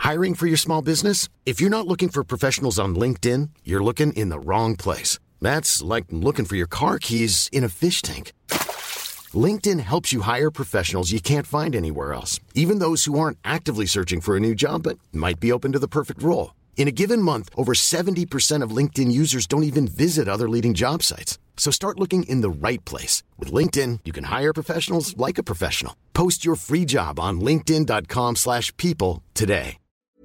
Hiring for your small business? If you're not looking for professionals on LinkedIn, you're looking in the wrong place. That's like looking for your car keys in a fish tank. LinkedIn helps you hire professionals you can't find anywhere else, even those who aren't actively searching for a new job but might be open to the perfect role. In a given month, over 70% of LinkedIn users don't even visit other leading job sites. So start looking in the right place. With LinkedIn, you can hire professionals like a professional. Post your free job on linkedin.com/people today.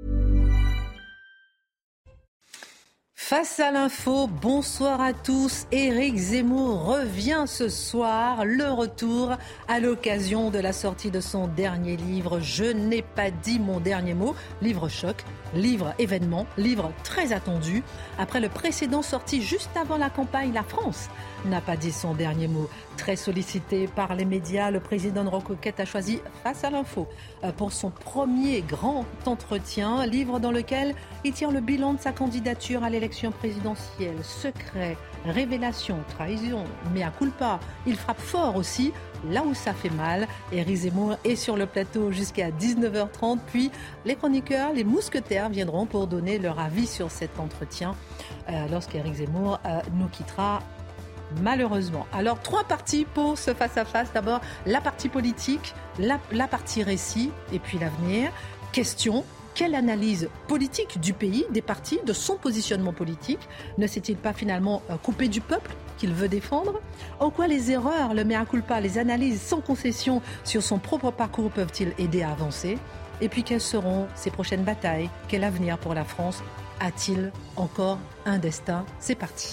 Face à l'info, bonsoir à tous. Éric Zemmour revient ce soir, le retour à l'occasion de la sortie de son dernier livre « Je n'ai pas dit mon dernier mot », livre choc, livre événement, livre très attendu. Après le précédent sorti juste avant la campagne, la France n'a pas dit son dernier mot. Très sollicité par les médias, le président de Reconquête a choisi Face à l'info pour son premier grand entretien, livre dans lequel il tire le bilan de sa candidature à l'élection présidentielle. Secret, révélation, trahison, mea culpa. Il frappe fort aussi là où ça fait mal. Éric Zemmour est sur le plateau jusqu'à 19h30. Puis les chroniqueurs, les mousquetaires viendront pour donner leur avis sur cet entretien lorsqu'Éric Zemmour nous quittera. Malheureusement. Alors, 3 parties pour ce face-à-face. D'abord, la partie politique, la partie récit et puis l'avenir. Question, quelle analyse politique du pays, des partis, de son positionnement politique ? Ne s'est-il pas finalement coupé du peuple qu'il veut défendre ? En quoi les erreurs, le mea culpa, les analyses sans concession sur son propre parcours peuvent-ils aider à avancer ? Et puis, quelles seront ses prochaines batailles ? Quel avenir pour la France ? A-t-il encore un destin ? C'est parti.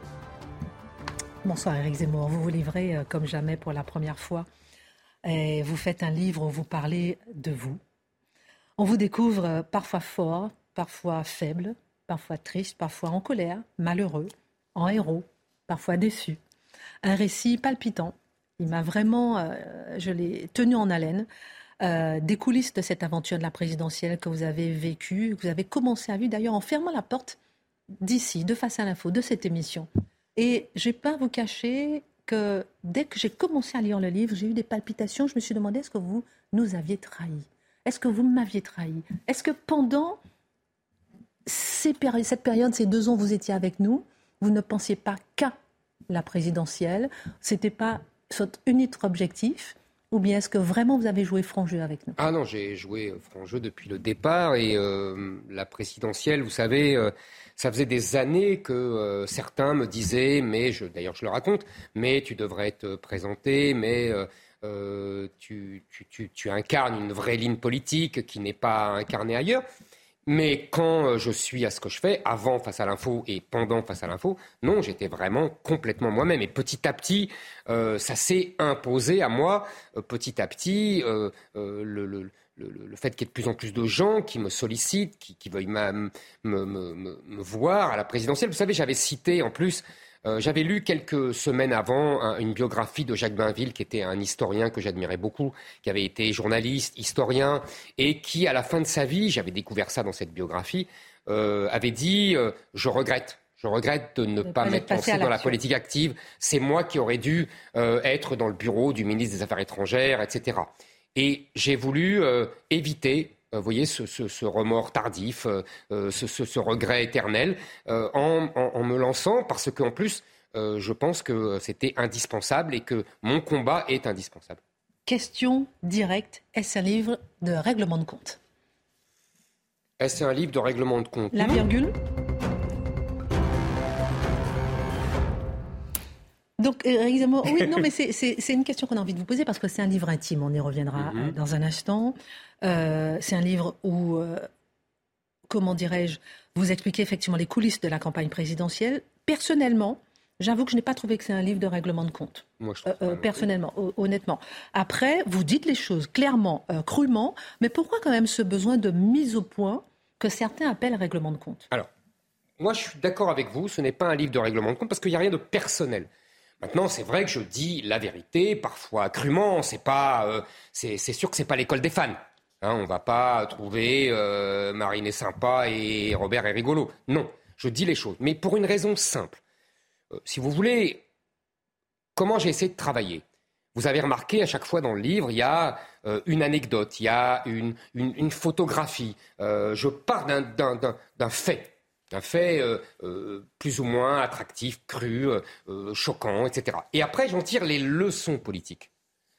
Bonsoir Éric Zemmour, vous vous livrez comme jamais pour la première fois. Et vous faites un livre où vous parlez de vous. On vous découvre parfois fort, parfois faible, parfois triste, parfois en colère, malheureux, en héros, parfois déçu. Un récit palpitant. Il m'a vraiment, je l'ai tenu en haleine. Des coulisses de cette aventure de la présidentielle que vous avez vécue, que vous avez commencé à vivre d'ailleurs en fermant la porte d'ici, de Face à l'info, de cette émission. Et je ne vais pas vous cacher que dès que j'ai commencé à lire le livre, j'ai eu des palpitations. Je me suis demandé, est-ce que vous nous aviez trahis ? Est-ce que vous m'aviez trahi ? Est-ce que pendant cette période, ces 2 ans, vous étiez avec nous, vous ne pensiez pas qu'à la présidentielle ? Ce n'était pas votre unique objectif ? Ou bien est-ce que vraiment vous avez joué franc jeu avec nous ? Ah non, j'ai joué franc jeu depuis le départ. Et la présidentielle, vous savez... Ça faisait des années que certains me disaient, d'ailleurs je le raconte, mais tu devrais te présenter, mais tu incarnes une vraie ligne politique qui n'est pas incarnée ailleurs. Mais quand je suis à ce que je fais, avant Face à l'info et pendant Face à l'info, non, j'étais vraiment complètement moi-même. Et petit à petit, ça s'est imposé à moi. Petit à petit, le fait qu'il y ait de plus en plus de gens qui me sollicitent, qui veuillent me voir à la présidentielle. Vous savez, j'avais cité en plus, j'avais lu quelques semaines avant une biographie de Jacques Bainville, qui était un historien que j'admirais beaucoup, qui avait été journaliste, historien, et qui, à la fin de sa vie, j'avais découvert ça dans cette biographie, avait dit « Je regrette de ne pas m'être lancé dans la politique active. C'est moi qui aurais dû être dans le bureau du ministre des Affaires étrangères, etc. » Et j'ai voulu éviter, vous voyez, ce remords tardif, ce regret éternel, en me lançant, parce qu'en plus, je pense que c'était indispensable et que mon combat est indispensable. Question directe, est-ce un livre de règlement de compte ? Est-ce un livre de règlement de compte ? La virgule ? Donc, Éric Zemmour, oui, non, mais c'est une question qu'on a envie de vous poser parce que c'est un livre intime, on y reviendra dans un instant. C'est un livre où, comment dirais-je, vous expliquez effectivement les coulisses de la campagne présidentielle. Personnellement, j'avoue que je n'ai pas trouvé que c'est un livre de règlement de compte. Moi, je trouve personnellement, honnêtement. Après, vous dites les choses clairement, crûment, mais pourquoi quand même ce besoin de mise au point que certains appellent règlement de compte ? Alors, moi, je suis d'accord avec vous, ce n'est pas un livre de règlement de compte parce qu'il n'y a rien de personnel. Maintenant, c'est vrai que je dis la vérité, parfois crûment. C'est sûr que c'est pas l'école des fans. On va pas trouver Marine est sympa et Robert est rigolo. Non, je dis les choses, mais pour une raison simple. Si vous voulez, comment j'ai essayé de travailler ? Vous avez remarqué, à chaque fois dans le livre, il y a une anecdote, il y a une photographie. Je pars d'un fait. Un fait plus ou moins attractif, cru, choquant, etc. Et après, j'en tire les leçons politiques.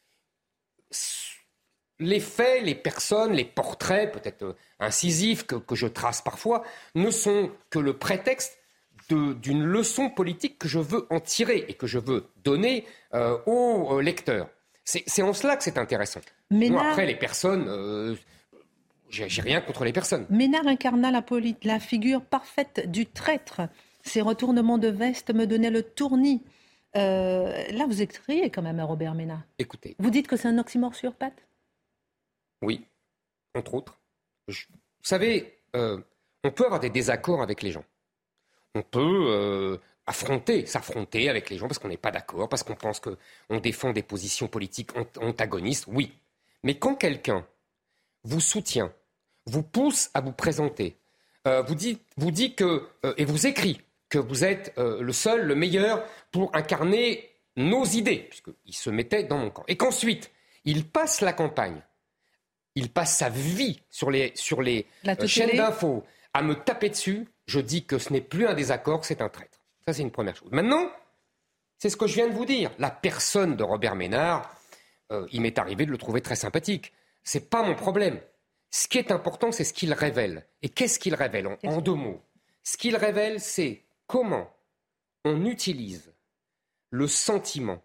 Les faits, les personnes, les portraits, peut-être incisifs, que je trace parfois, ne sont que le prétexte d'une leçon politique que je veux en tirer et que je veux donner aux lecteurs. C'est en cela que c'est intéressant. Moi, après, les personnes... J'ai rien contre les personnes. Ménard incarna la figure parfaite du traître. Ses retournements de veste me donnaient le tournis. Là, vous écrivez quand même à Robert Ménard. Écoutez. Vous dites que c'est un oxymore sur pattes ? Oui, entre autres. Vous savez, on peut avoir des désaccords avec les gens. On peut s'affronter avec les gens parce qu'on n'est pas d'accord, parce qu'on pense qu'on défend des positions politiques antagonistes. Oui. Mais quand quelqu'un vous soutient, vous pousse à vous présenter, vous dit que, et vous écrit que vous êtes le seul, le meilleur pour incarner nos idées, puisqu'il se mettait dans mon camp. Et qu'ensuite, il passe la campagne, il passe sa vie sur les chaînes d'infos à me taper dessus, je dis que ce n'est plus un désaccord, que c'est un traître. Ça, c'est une première chose. Maintenant, c'est ce que je viens de vous dire. La personne de Robert Ménard, il m'est arrivé de le trouver très sympathique. C'est pas mon problème. Ce qui est important, c'est ce qu'il révèle. Et qu'est-ce qu'il révèle en 2 mots ? Ce qu'il révèle, c'est comment on utilise le sentiment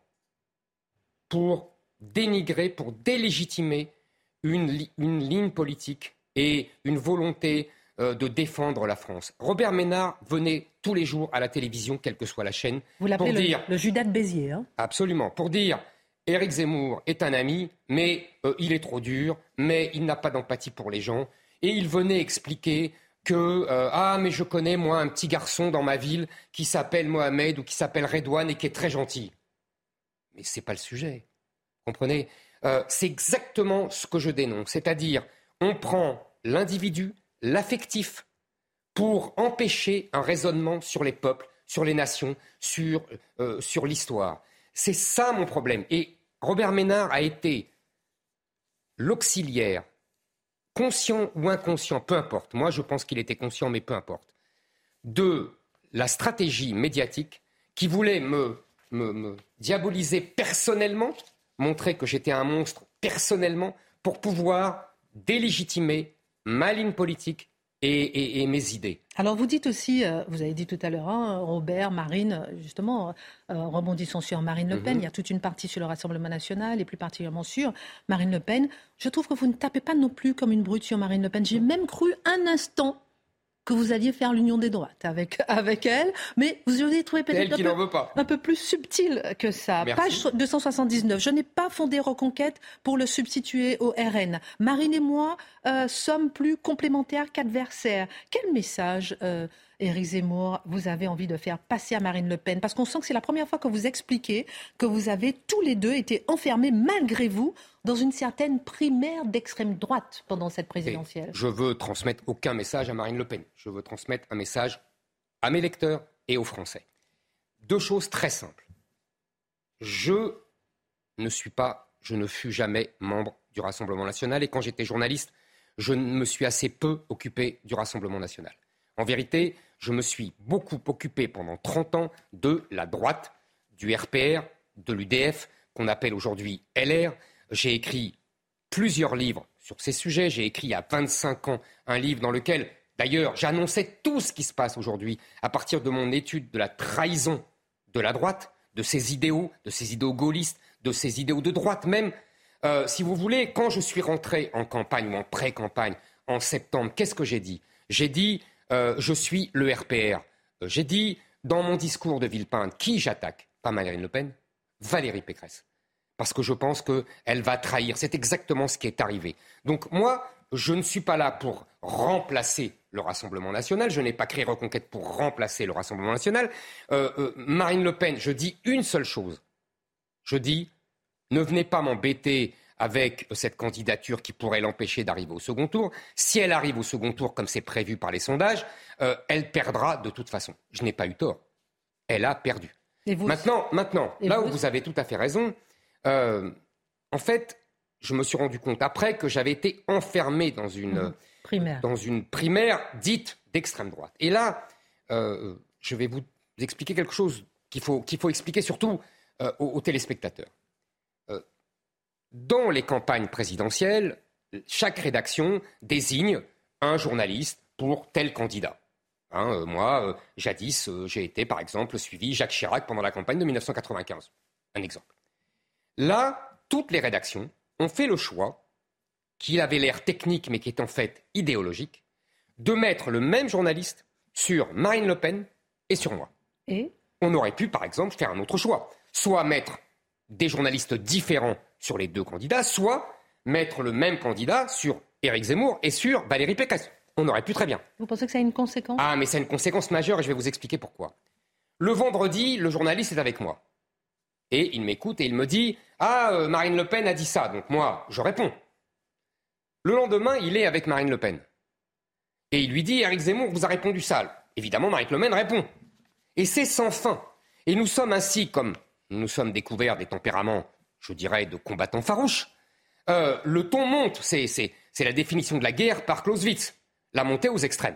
pour dénigrer, pour délégitimer une ligne politique et une volonté de défendre la France. Robert Ménard venait tous les jours à la télévision, quelle que soit la chaîne. Vous l'appelez le Judas de Béziers. Hein ? Absolument. Pour dire... Éric Zemmour est un ami, mais il est trop dur, mais il n'a pas d'empathie pour les gens. Et il venait expliquer que mais je connais, moi, un petit garçon dans ma ville qui s'appelle Mohamed ou qui s'appelle Redouane et qui est très gentil. Mais ce n'est pas le sujet. Vous comprenez ? C'est exactement ce que je dénonce. C'est-à-dire, on prend l'individu, l'affectif, pour empêcher un raisonnement sur les peuples, sur les nations, sur l'histoire. C'est ça mon problème. Et Robert Ménard a été l'auxiliaire, conscient ou inconscient, peu importe. Moi, je pense qu'il était conscient, mais peu importe. De la stratégie médiatique qui voulait me diaboliser personnellement, montrer que j'étais un monstre personnellement, pour pouvoir délégitimer ma ligne politique et mes idées. Alors vous dites aussi, vous avez dit tout à l'heure, Robert, Marine, justement, rebondissons sur Marine Le Pen, il y a toute une partie sur le Rassemblement national et plus particulièrement sur Marine Le Pen. Je trouve que vous ne tapez pas non plus comme une brute sur Marine Le Pen. J'ai même cru un instant que vous alliez faire l'union des droites avec elle, mais vous avez trouvé peut-être un peu plus subtil que ça. Merci. Page 279, je n'ai pas fondé Reconquête pour le substituer au RN. Marine et moi sommes plus complémentaires qu'adversaires. Quel message, Éric Zemmour, vous avez envie de faire passer à Marine Le Pen ? Parce qu'on sent que c'est la première fois que vous expliquez que vous avez tous les deux été enfermés, malgré vous, dans une certaine primaire d'extrême droite pendant cette présidentielle. Je veux transmettre aucun message à Marine Le Pen. Je veux transmettre un message à mes lecteurs et aux Français. 2 choses très simples. Je ne fus jamais membre du Rassemblement national et quand j'étais journaliste, je me suis assez peu occupé du Rassemblement national. En vérité, je me suis beaucoup occupé pendant 30 ans de la droite, du RPR, de l'UDF, qu'on appelle aujourd'hui LR. J'ai écrit plusieurs livres sur ces sujets. J'ai écrit il y a 25 ans un livre dans lequel, d'ailleurs, j'annonçais tout ce qui se passe aujourd'hui à partir de mon étude de la trahison de la droite, de ses idéaux gaullistes, de ses idéaux de droite même. Si vous voulez, quand je suis rentré en campagne ou en pré-campagne en septembre, qu'est-ce que j'ai dit ? J'ai dit je suis le RPR. J'ai dit dans mon discours de Villepinte, qui j'attaque ? Pas Marine Le Pen, Valérie Pécresse. Parce que je pense qu'elle va trahir. C'est exactement ce qui est arrivé. Donc moi, je ne suis pas là pour remplacer le Rassemblement national. Je n'ai pas créé Reconquête pour remplacer le Rassemblement national. Marine Le Pen, je dis une seule chose. Je dis, ne venez pas m'embêter avec cette candidature qui pourrait l'empêcher d'arriver au second tour. Si elle arrive au second tour, comme c'est prévu par les sondages, elle perdra de toute façon. Je n'ai pas eu tort. Elle a perdu. Maintenant, là où vous avez tout à fait raison, En fait, je me suis rendu compte après que j'avais été enfermé dans une primaire dite d'extrême droite. Et là, je vais vous expliquer quelque chose qu'il faut expliquer surtout aux téléspectateurs. Dans les campagnes présidentielles, chaque rédaction désigne un journaliste pour tel candidat. Moi, jadis, j'ai été, par exemple, suivi Jacques Chirac pendant la campagne de 1995. Un exemple. Là, toutes les rédactions ont fait le choix, qui avait l'air technique mais qui est en fait idéologique, de mettre le même journaliste sur Marine Le Pen et sur moi. Et on aurait pu, par exemple, faire un autre choix. Soit mettre des journalistes différents sur les deux candidats, soit mettre le même candidat sur Éric Zemmour et sur Valérie Pécresse. On aurait pu très bien. Vous pensez que ça a une conséquence ? Ah, mais c'est une conséquence majeure et je vais vous expliquer pourquoi. Le vendredi, le journaliste est avec moi. Et il m'écoute et il me dit « Ah, Marine Le Pen a dit ça. » Donc moi, je réponds. Le lendemain, il est avec Marine Le Pen. Et il lui dit « Éric Zemmour vous a répondu ça. » Évidemment, Marine Le Pen répond. Et c'est sans fin. Et nous sommes ainsi, comme nous sommes découverts des tempéraments, je dirais, de combattants farouches. Le ton monte. C'est la définition de la guerre par Clausewitz. La montée aux extrêmes.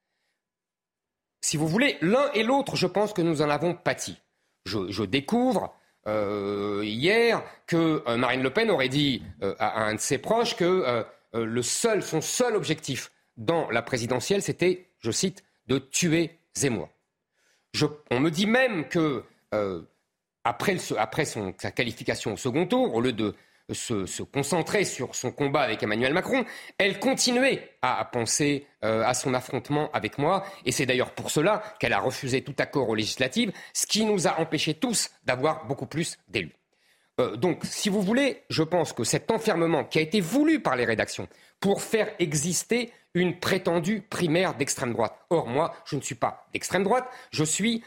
Si vous voulez, l'un et l'autre, je pense que nous en avons pâti. Je découvre hier que Marine Le Pen aurait dit à un de ses proches que son seul objectif dans la présidentielle, c'était, je cite, de tuer Zemmour. On me dit même que après sa qualification au second tour, au lieu de se concentrer sur son combat avec Emmanuel Macron, elle continuait à penser à son affrontement avec moi. Et c'est d'ailleurs pour cela qu'elle a refusé tout accord aux législatives, ce qui nous a empêchés tous d'avoir beaucoup plus d'élus. Donc, si vous voulez, je pense que cet enfermement qui a été voulu par les rédactions pour faire exister une prétendue primaire d'extrême droite. Or, moi, je ne suis pas d'extrême droite, je suis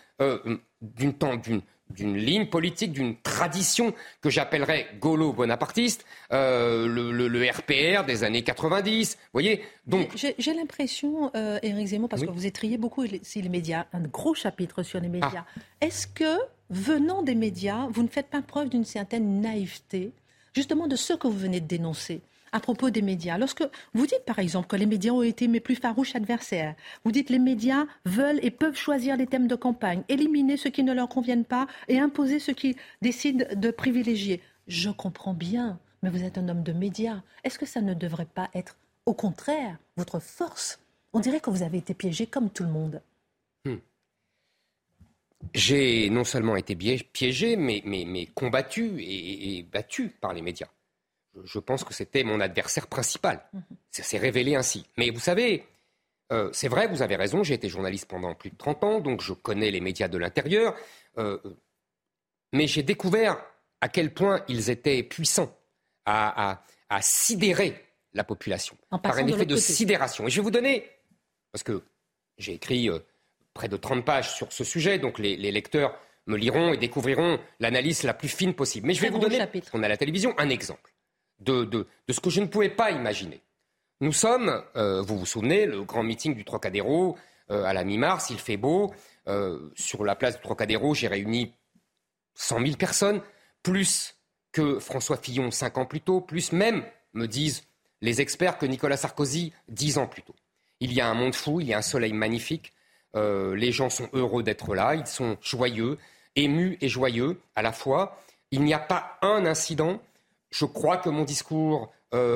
d'une ligne politique, d'une tradition que j'appellerais gaulo-bonapartiste, le RPR des années 90, vous voyez. Donc j'ai l'impression, Éric Zemmour, parce que vous étriez beaucoup les médias, un gros chapitre sur les médias. Est-ce que, venant des médias, vous ne faites pas preuve d'une certaine naïveté, justement de ce que vous venez de dénoncer à propos des médias? Lorsque vous dites, par exemple, que les médias ont été mes plus farouches adversaires, vous dites que les médias veulent et peuvent choisir les thèmes de campagne, éliminer ceux qui ne leur conviennent pas et imposer ceux qui décident de privilégier. Je comprends bien, mais vous êtes un homme de médias. Est-ce que ça ne devrait pas être, au contraire, votre force? On dirait que vous avez été piégé comme tout le monde. J'ai non seulement été piégé, mais combattu et battu par les médias. Je pense que c'était mon adversaire principal. Ça s'est révélé ainsi. Mais vous savez, c'est vrai, vous avez raison, j'ai été journaliste pendant plus de 30 ans, donc je connais les médias de l'intérieur. Mais j'ai découvert à quel point ils étaient puissants à sidérer la population. Par un effet de sidération. Et je vais vous donner, parce que j'ai écrit près de 30 pages sur ce sujet, donc les lecteurs me liront et découvriront l'analyse la plus fine possible. Mais je vais vous donner, parce qu'on a la télévision, un exemple de ce que je ne pouvais pas imaginer. Nous sommes, vous vous souvenez, le grand meeting du Trocadéro à la mi-mars, il fait beau. Sur la place du Trocadéro, j'ai réuni 100 000 personnes, plus que François Fillon 5 ans plus tôt, plus même, me disent les experts, que Nicolas Sarkozy 10 ans plus tôt. Il y a un monde fou, il y a un soleil magnifique. Les gens sont heureux d'être là, ils sont joyeux, émus et joyeux à la fois. Il n'y a pas un incident. Je crois que mon discours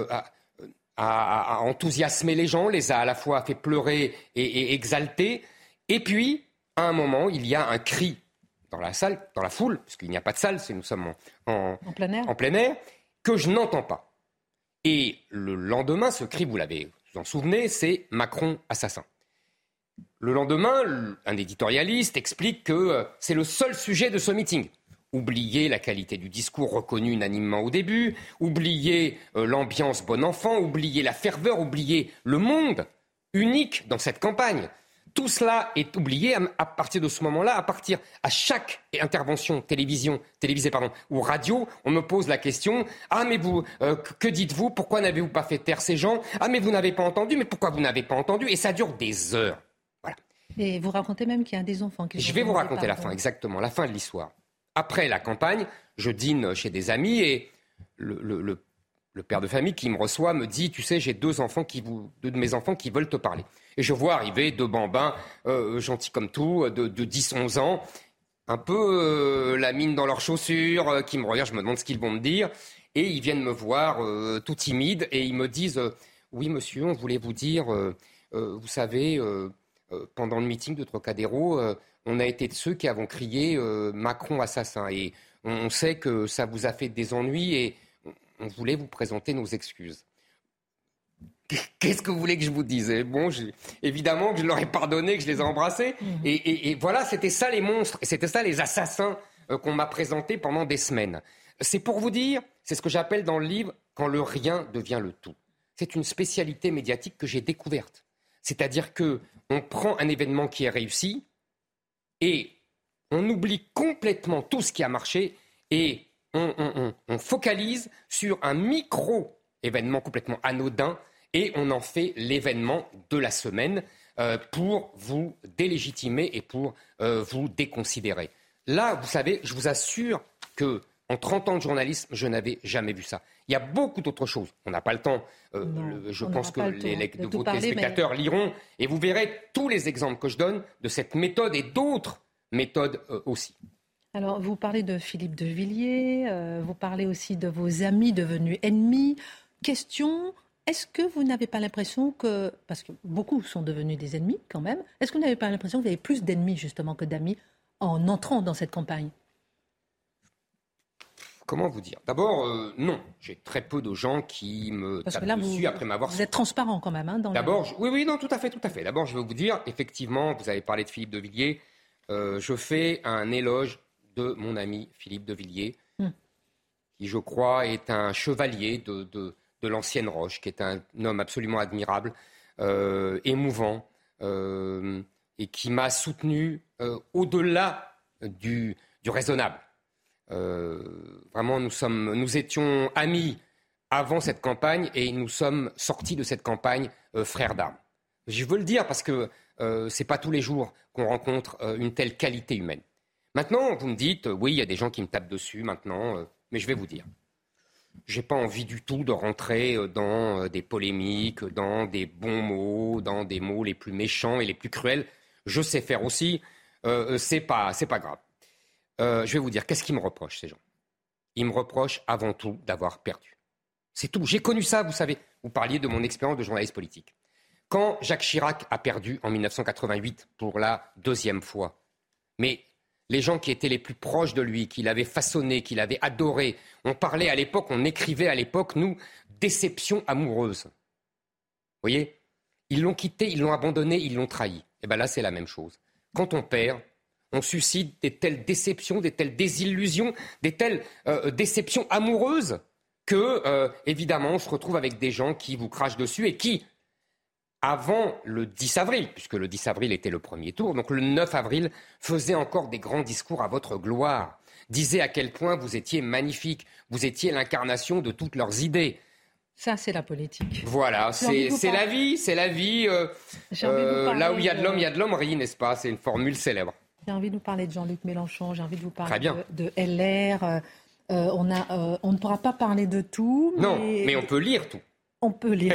a enthousiasmé les gens, les a à la fois fait pleurer et exalter. Et puis, à un moment, il y a un cri dans la salle, dans la foule, parce qu'il n'y a pas de salle, nous sommes en plein air, que je n'entends pas. Et le lendemain, ce cri, vous en souvenez, c'est « Macron assassin ». Le lendemain, un éditorialiste explique que c'est le seul sujet de ce meeting. Oubliez la qualité du discours reconnu unanimement au début, oubliez l'ambiance bon enfant, oubliez la ferveur, oubliez le monde unique dans cette campagne. Tout cela est oublié à partir de ce moment-là, à chaque intervention télévisée ou radio, on me pose la question « Ah mais vous, que dites-vous? Pourquoi n'avez-vous pas fait taire ces gens? Ah mais vous n'avez pas entendu, mais pourquoi vous n'avez pas entendu ?» Et ça dure des heures. Voilà. Et vous racontez même qu'il y a des enfants qui... Je vais vous raconter la fin, exactement, la fin de l'histoire. Après la campagne, je dîne chez des amis et le père de famille qui me reçoit me dit, tu sais, j'ai deux de mes enfants qui veulent te parler. Et je vois arriver deux bambins, gentils comme tout, de 10-11 ans, un peu la mine dans leurs chaussures, qui me regardent, je me demande ce qu'ils vont me dire. Et ils viennent me voir tout timides et ils me disent oui monsieur, on voulait vous dire, vous savez, pendant le meeting de Trocadéro, on a été de ceux qui avons crié Macron assassin. Et on sait que ça vous a fait des ennuis et on voulait vous présenter nos excuses. Qu'est-ce que vous voulez que je vous dise ? Bon, évidemment que je leur ai pardonné, que je les ai embrassés. Et voilà, c'était ça les monstres, et c'était ça les assassins qu'on m'a présentés pendant des semaines. C'est pour vous dire, c'est ce que j'appelle dans le livre, quand le rien devient le tout. C'est une spécialité médiatique que j'ai découverte. C'est-à-dire qu'on prend un événement qui est réussi et on oublie complètement tout ce qui a marché et on focalise sur un micro-événement complètement anodin et on en fait l'événement de la semaine pour vous délégitimer et pour vous déconsidérer. Là, vous savez, je vous assure que en 30 ans de journalisme, je n'avais jamais vu ça. Il y a beaucoup d'autres choses. On n'a pas le temps. Je pense que vos téléspectateurs liront et vous verrez tous les exemples que je donne de cette méthode et d'autres méthodes aussi. Alors, vous parlez de Philippe de Villiers, vous parlez aussi de vos amis devenus ennemis. Question, est-ce que vous n'avez pas l'impression que, parce que beaucoup sont devenus des ennemis quand même, est-ce que vous n'avez pas l'impression que vous avez plus d'ennemis justement que d'amis en entrant dans cette campagne ? Comment vous dire ? D'abord, non. J'ai très peu de gens qui me tapent dessus après m'avoir... Vous êtes transparent quand même. D'abord, oui, non, tout à fait. D'abord, je vais vous dire, effectivement, vous avez parlé de Philippe de Villiers. Je fais un éloge de mon ami Philippe de Villiers, qui, je crois, est un chevalier de l'ancienne Roche, qui est un homme absolument admirable, émouvant, et qui m'a soutenu au-delà du raisonnable. Vraiment, nous étions amis avant cette campagne et nous sommes sortis de cette campagne frères d'armes. Je veux le dire parce que c'est pas tous les jours qu'on rencontre une telle qualité humaine. Maintenant, vous me dites, oui, il y a des gens qui me tapent dessus maintenant, mais je vais vous dire. J'ai pas envie du tout de rentrer dans des polémiques, dans des bons mots, dans des mots les plus méchants et les plus cruels. Je sais faire aussi, c'est pas grave. Je vais vous dire, qu'est-ce qu'ils me reprochent, ces gens ? Ils me reprochent avant tout d'avoir perdu. C'est tout. J'ai connu ça, vous savez. Vous parliez de mon expérience de journaliste politique. Quand Jacques Chirac a perdu en 1988 pour la deuxième fois, mais les gens qui étaient les plus proches de lui, qui l'avaient façonné, qui l'avaient adoré, on parlait à l'époque, on écrivait à l'époque, nous, déception amoureuse. Vous voyez ? Ils l'ont quitté, ils l'ont abandonné, ils l'ont trahi. Et bien là, c'est la même chose. Quand on perd, on suscite des telles déceptions, des telles désillusions, des telles déceptions amoureuses que, évidemment, on se retrouve avec des gens qui vous crachent dessus et qui, avant le 10 avril, puisque le 10 avril était le premier tour, donc le 9 avril, faisaient encore des grands discours à votre gloire, disaient à quel point vous étiez magnifique, vous étiez l'incarnation de toutes leurs idées. Ça, c'est la politique. Voilà, c'est la vie, c'est la vie. Là où il y a de l'homme, il y a de l'hommerie, n'est-ce pas ? C'est une formule célèbre. J'ai envie de vous parler de Jean-Luc Mélenchon, j'ai envie de vous parler de LR. On ne pourra pas parler de tout. Non, mais on peut lire tout. On peut lire.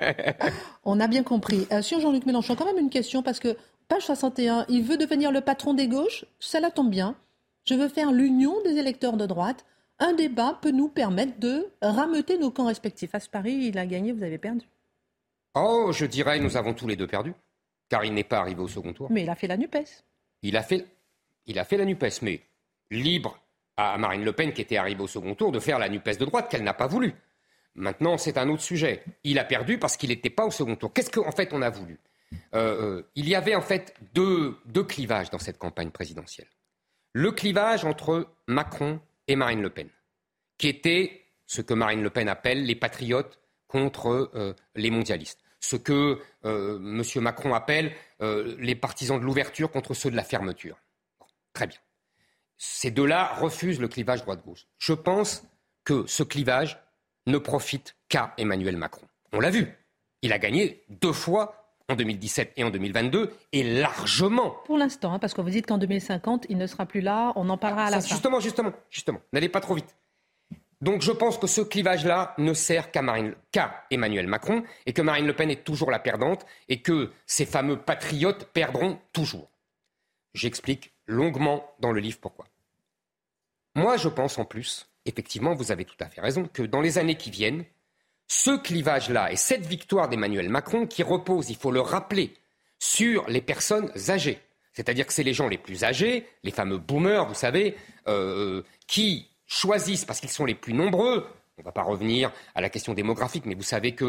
On a bien compris. Sur Jean-Luc Mélenchon, quand même une question, parce que page 61, il veut devenir le patron des gauches. Cela tombe bien. Je veux faire l'union des électeurs de droite. Un débat peut nous permettre de rameuter nos camps respectifs. À Paris, il a gagné, vous avez perdu. Oh, je dirais, nous avons tous les deux perdu, car il n'est pas arrivé au second tour. Mais il a fait la NUPES. Il a fait la NUPES, mais libre à Marine Le Pen, qui était arrivée au second tour, de faire la NUPES de droite, qu'elle n'a pas voulu. Maintenant, c'est un autre sujet. Il a perdu parce qu'il n'était pas au second tour. Qu'est-ce qu'en fait on a voulu ? Il y avait en fait deux clivages dans cette campagne présidentielle. Le clivage entre Macron et Marine Le Pen, qui était ce que Marine Le Pen appelle les patriotes contre les mondialistes. Ce que M. Macron appelle les partisans de l'ouverture contre ceux de la fermeture. Bon, très bien. Ces deux-là refusent le clivage droite-gauche. Je pense que ce clivage ne profite qu'à Emmanuel Macron. On l'a vu. Il a gagné 2 fois en 2017 et en 2022 est largement... Pour l'instant, parce que vous dites qu'en 2050, il ne sera plus là, on en parlera à la fin. Justement, n'allez pas trop vite. Donc je pense que ce clivage-là ne sert qu'à Emmanuel Macron et que Marine Le Pen est toujours la perdante et que ces fameux patriotes perdront toujours. J'explique longuement dans le livre pourquoi. Moi, je pense en plus, effectivement, vous avez tout à fait raison, que dans les années qui viennent, ce clivage-là et cette victoire d'Emmanuel Macron qui repose, il faut le rappeler, sur les personnes âgées. C'est-à-dire que c'est les gens les plus âgés, les fameux boomers, vous savez, qui choisissent, parce qu'ils sont les plus nombreux, on ne va pas revenir à la question démographique, mais vous savez que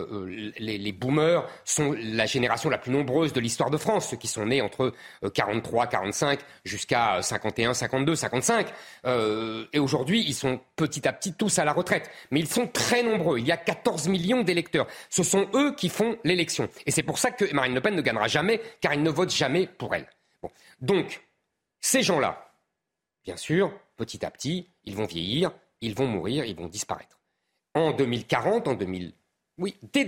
les boomers sont la génération la plus nombreuse de l'histoire de France, ceux qui sont nés entre 43, 45 jusqu'à 51, 52, 55. Et aujourd'hui, ils sont petit à petit tous à la retraite. Mais ils sont très nombreux. Il y a 14 millions d'électeurs. Ce sont eux qui font l'élection. Et c'est pour ça que Marine Le Pen ne gagnera jamais, car ils ne votent jamais pour elle. Bon. Donc, ces gens-là, bien sûr, petit à petit, ils vont vieillir. Ils vont mourir, ils vont disparaître. En 2040, dès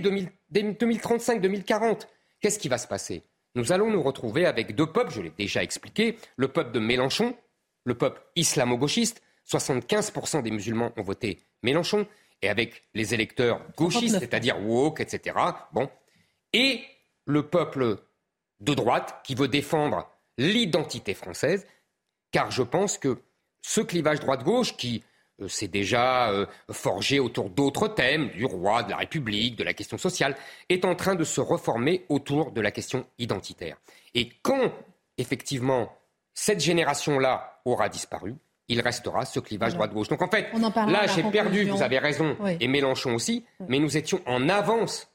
2035, 2040, qu'est-ce qui va se passer ? Nous allons nous retrouver avec deux peuples, je l'ai déjà expliqué, le peuple de Mélenchon, le peuple islamo-gauchiste, 75% des musulmans ont voté Mélenchon, et avec les électeurs gauchistes, c'est-à-dire woke, etc., et le peuple de droite qui veut défendre l'identité française, car je pense que ce clivage droite-gauche qui s'est déjà forgé autour d'autres thèmes, du roi, de la République, de la question sociale, est en train de se reformer autour de la question identitaire. Et quand, effectivement, cette génération-là aura disparu, il restera ce clivage droite-gauche. Donc en fait, là, j'ai perdu, vous avez raison, et Mélenchon aussi, mais nous étions en avance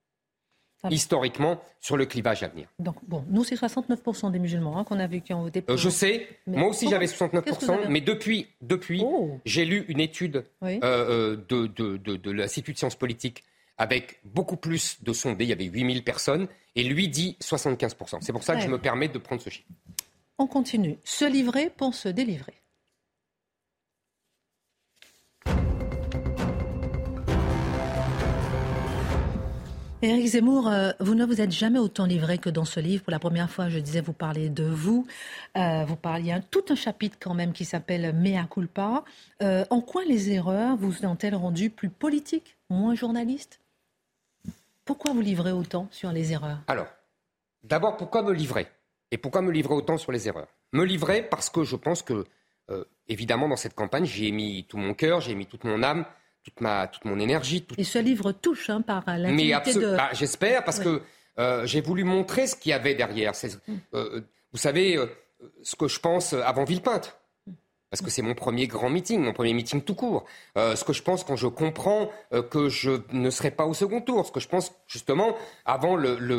historiquement sur le clivage à venir. Donc, bon, nous, c'est 69% des musulmans qu'on a vu qui ont voté pour. Je sais, moi aussi j'avais 69%, mais depuis j'ai lu une étude de l'Institut de sciences politiques avec beaucoup plus de sondés, il y avait 8000 personnes, et lui dit 75%. C'est pour ça que je me permets de prendre ce chiffre. On continue. Se livrer pour se délivrer. Éric Zemmour, vous ne vous êtes jamais autant livré que dans ce livre. Pour la première fois, je disais, vous parlez de vous. Vous parliez tout un chapitre quand même qui s'appelle Mea culpa. En quoi les erreurs vous ont-elles rendu plus politique, moins journaliste ? Pourquoi vous livrez autant sur les erreurs ? Alors, d'abord, pourquoi me livrer ? Et pourquoi me livrer autant sur les erreurs ? Me livrer parce que je pense que, évidemment, dans cette campagne, j'y ai mis tout mon cœur, j'ai mis toute mon âme, toute mon énergie. Et ce livre touche par l'intimité de... j'espère, parce que j'ai voulu montrer ce qu'il y avait derrière. Vous savez, ce que je pense avant Villepinte, parce que c'est mon premier grand meeting, mon premier meeting tout court. Ce que je pense quand je comprends que je ne serai pas au second tour. Ce que je pense justement avant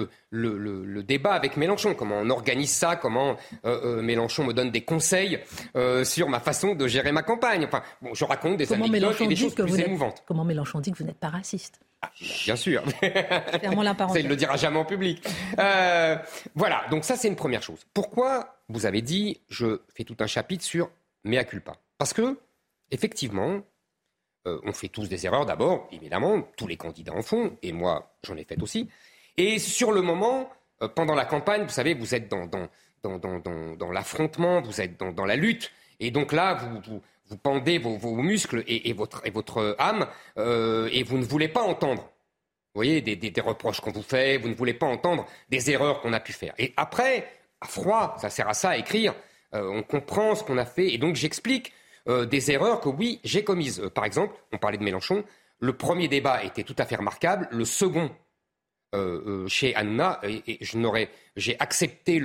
le débat avec Mélenchon. Comment on organise ça, comment Mélenchon me donne des conseils sur ma façon de gérer ma campagne. Enfin, bon, je raconte des anecdotes et des choses plus émouvantes. Comment Mélenchon dit que vous n'êtes pas raciste ? Bien sûr. Fermons la parenthèse. Ça, il ne le dira jamais en public. Voilà, donc ça c'est une première chose. Pourquoi, vous avez dit, je fais tout un chapitre sur mea culpa. Parce que, effectivement, on fait tous des erreurs d'abord, évidemment, tous les candidats en font, et moi, j'en ai fait aussi. Et sur le moment, pendant la campagne, vous savez, vous êtes dans l'affrontement, vous êtes dans la lutte, et donc là, vous pendez vos muscles et votre âme, et vous ne voulez pas entendre, vous voyez, des reproches qu'on vous fait, vous ne voulez pas entendre des erreurs qu'on a pu faire. Et après, à froid, ça sert à ça, à écrire, on comprend ce qu'on a fait, et donc j'explique des erreurs que oui, j'ai commises. Par exemple, on parlait de Mélenchon, le premier débat était tout à fait remarquable, le second chez Hanouna, et j'ai accepté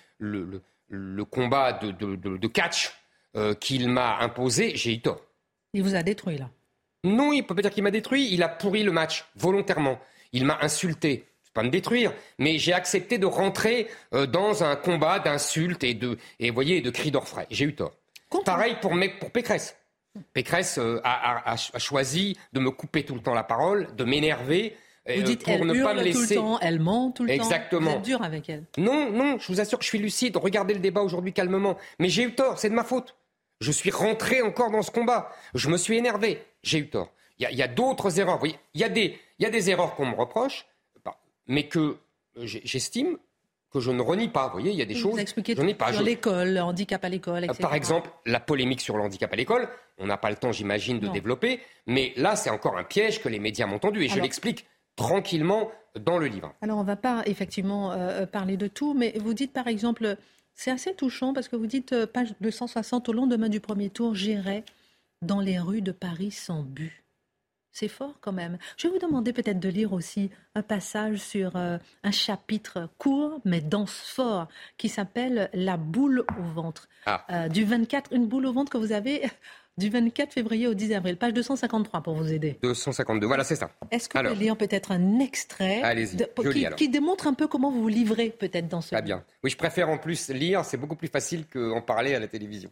le combat de catch qu'il m'a imposé, j'ai eu tort. Il vous a détruit là ? Non, il ne peut pas dire qu'il m'a détruit, il a pourri le match, volontairement. Il m'a insulté. Pas me détruire, mais j'ai accepté de rentrer dans un combat d'insultes et de cris d'orfraie. J'ai eu tort. Pareil pour Pécresse. Pécresse a choisi de me couper tout le temps la parole, de m'énerver. Vous dites pour elle ne pas hurle me laisser. Tout le temps, elle ment tout le Exactement. temps. Vous êtes dur avec elle. Non, je vous assure que je suis lucide. Regardez le débat aujourd'hui calmement. Mais j'ai eu tort, c'est de ma faute. Je suis rentré encore dans ce combat. Je me suis énervé. J'ai eu tort. Il y a d'autres erreurs. Il y a des erreurs qu'on me reproche. Mais que j'estime que je ne renie pas. Vous voyez, il y a des choses. Vous expliquez je ne nie pas. Sur l'école, le handicap à l'école, etc. Par exemple, la polémique sur le handicap à l'école, on n'a pas le temps, j'imagine, de développer, mais là, c'est encore un piège que les médias m'ont tendu, et je l'explique tranquillement dans le livre. Alors, on ne va pas effectivement parler de tout, mais vous dites, par exemple, c'est assez touchant, parce que vous dites, page 260, au lendemain du premier tour, j'irai dans les rues de Paris sans but. C'est fort quand même. Je vais vous demander peut-être de lire aussi un passage sur un chapitre court, mais dense fort, qui s'appelle « La boule au ventre ». Du 24, une boule au ventre que vous avez du 24 février au 10 avril. Page 253 pour vous aider. 252, voilà, c'est ça. Est-ce que vous pouvez lire peut-être un extrait qui démontre un peu comment vous vous livrez peut-être dans ce livre. Bien. Oui, je préfère en plus lire, c'est beaucoup plus facile qu'en parler à la télévision.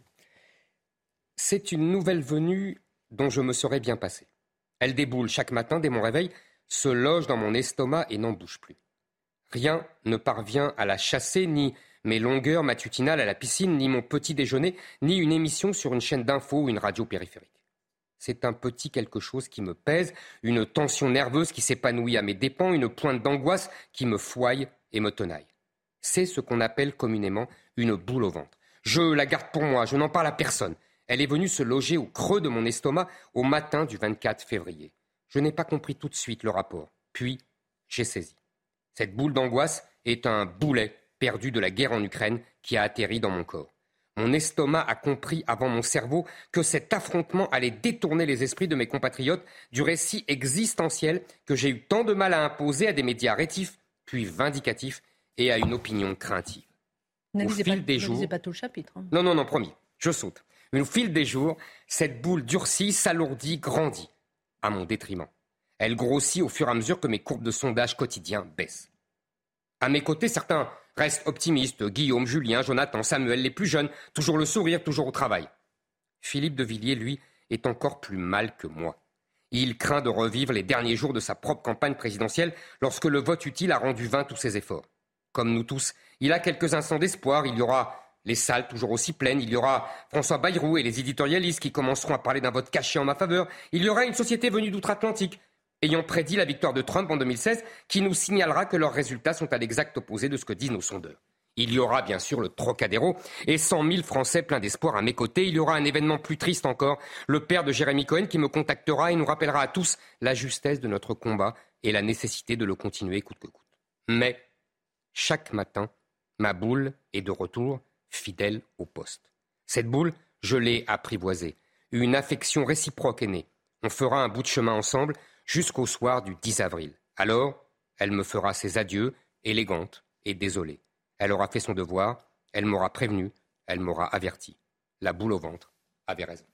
C'est une nouvelle venue dont je me serais bien passé. Elle déboule chaque matin dès mon réveil, se loge dans mon estomac et n'en bouge plus. Rien ne parvient à la chasser, ni mes longueurs matutinales à la piscine, ni mon petit déjeuner, ni une émission sur une chaîne d'infos ou une radio périphérique. C'est un petit quelque chose qui me pèse, une tension nerveuse qui s'épanouit à mes dépens, une pointe d'angoisse qui me fouaille et me tenaille. C'est ce qu'on appelle communément une boule au ventre. Je la garde pour moi, je n'en parle à personne. Elle est venue se loger au creux de mon estomac au matin du 24 février. Je n'ai pas compris tout de suite le rapport. Puis, j'ai saisi. Cette boule d'angoisse est un boulet perdu de la guerre en Ukraine qui a atterri dans mon corps. Mon estomac a compris avant mon cerveau que cet affrontement allait détourner les esprits de mes compatriotes du récit existentiel que j'ai eu tant de mal à imposer à des médias rétifs, puis vindicatifs, et à une opinion craintive. Ne lisez pas tout le chapitre. Hein. Non, promis, je saute. Mais au fil des jours, cette boule durcit, s'alourdit, grandit, à mon détriment. Elle grossit au fur et à mesure que mes courbes de sondage quotidien baissent. À mes côtés, certains restent optimistes. Guillaume, Julien, Jonathan, Samuel, les plus jeunes, toujours le sourire, toujours au travail. Philippe de Villiers, lui, est encore plus mal que moi. Il craint de revivre les derniers jours de sa propre campagne présidentielle lorsque le vote utile a rendu vains tous ses efforts. Comme nous tous, il a quelques instants d'espoir. Il y aura les salles toujours aussi pleines, il y aura François Bayrou et les éditorialistes qui commenceront à parler d'un vote caché en ma faveur. Il y aura une société venue d'outre-Atlantique, ayant prédit la victoire de Trump en 2016, qui nous signalera que leurs résultats sont à l'exact opposé de ce que disent nos sondeurs. Il y aura bien sûr le Trocadéro et 100 000 Français pleins d'espoir à mes côtés. Il y aura un événement plus triste encore, le père de Jérémy Cohen qui me contactera et nous rappellera à tous la justesse de notre combat et la nécessité de le continuer coûte que coûte. Mais chaque matin, ma boule est de retour, fidèle au poste. Cette boule, je l'ai apprivoisée. Une affection réciproque est née. On fera un bout de chemin ensemble jusqu'au soir du 10 avril. Alors, elle me fera ses adieux, élégante et désolée. Elle aura fait son devoir, elle m'aura prévenu, elle m'aura averti. La boule au ventre avait raison.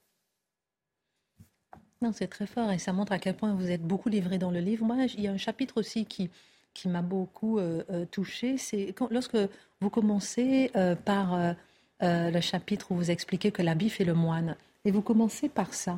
Non, c'est très fort et ça montre à quel point vous êtes beaucoup livré dans le livre. Moi, il y a un chapitre aussi qui m'a beaucoup touchée. C'est lorsque vous commencez par le chapitre où vous expliquez que l'habit fait le moine. Et vous commencez par ça.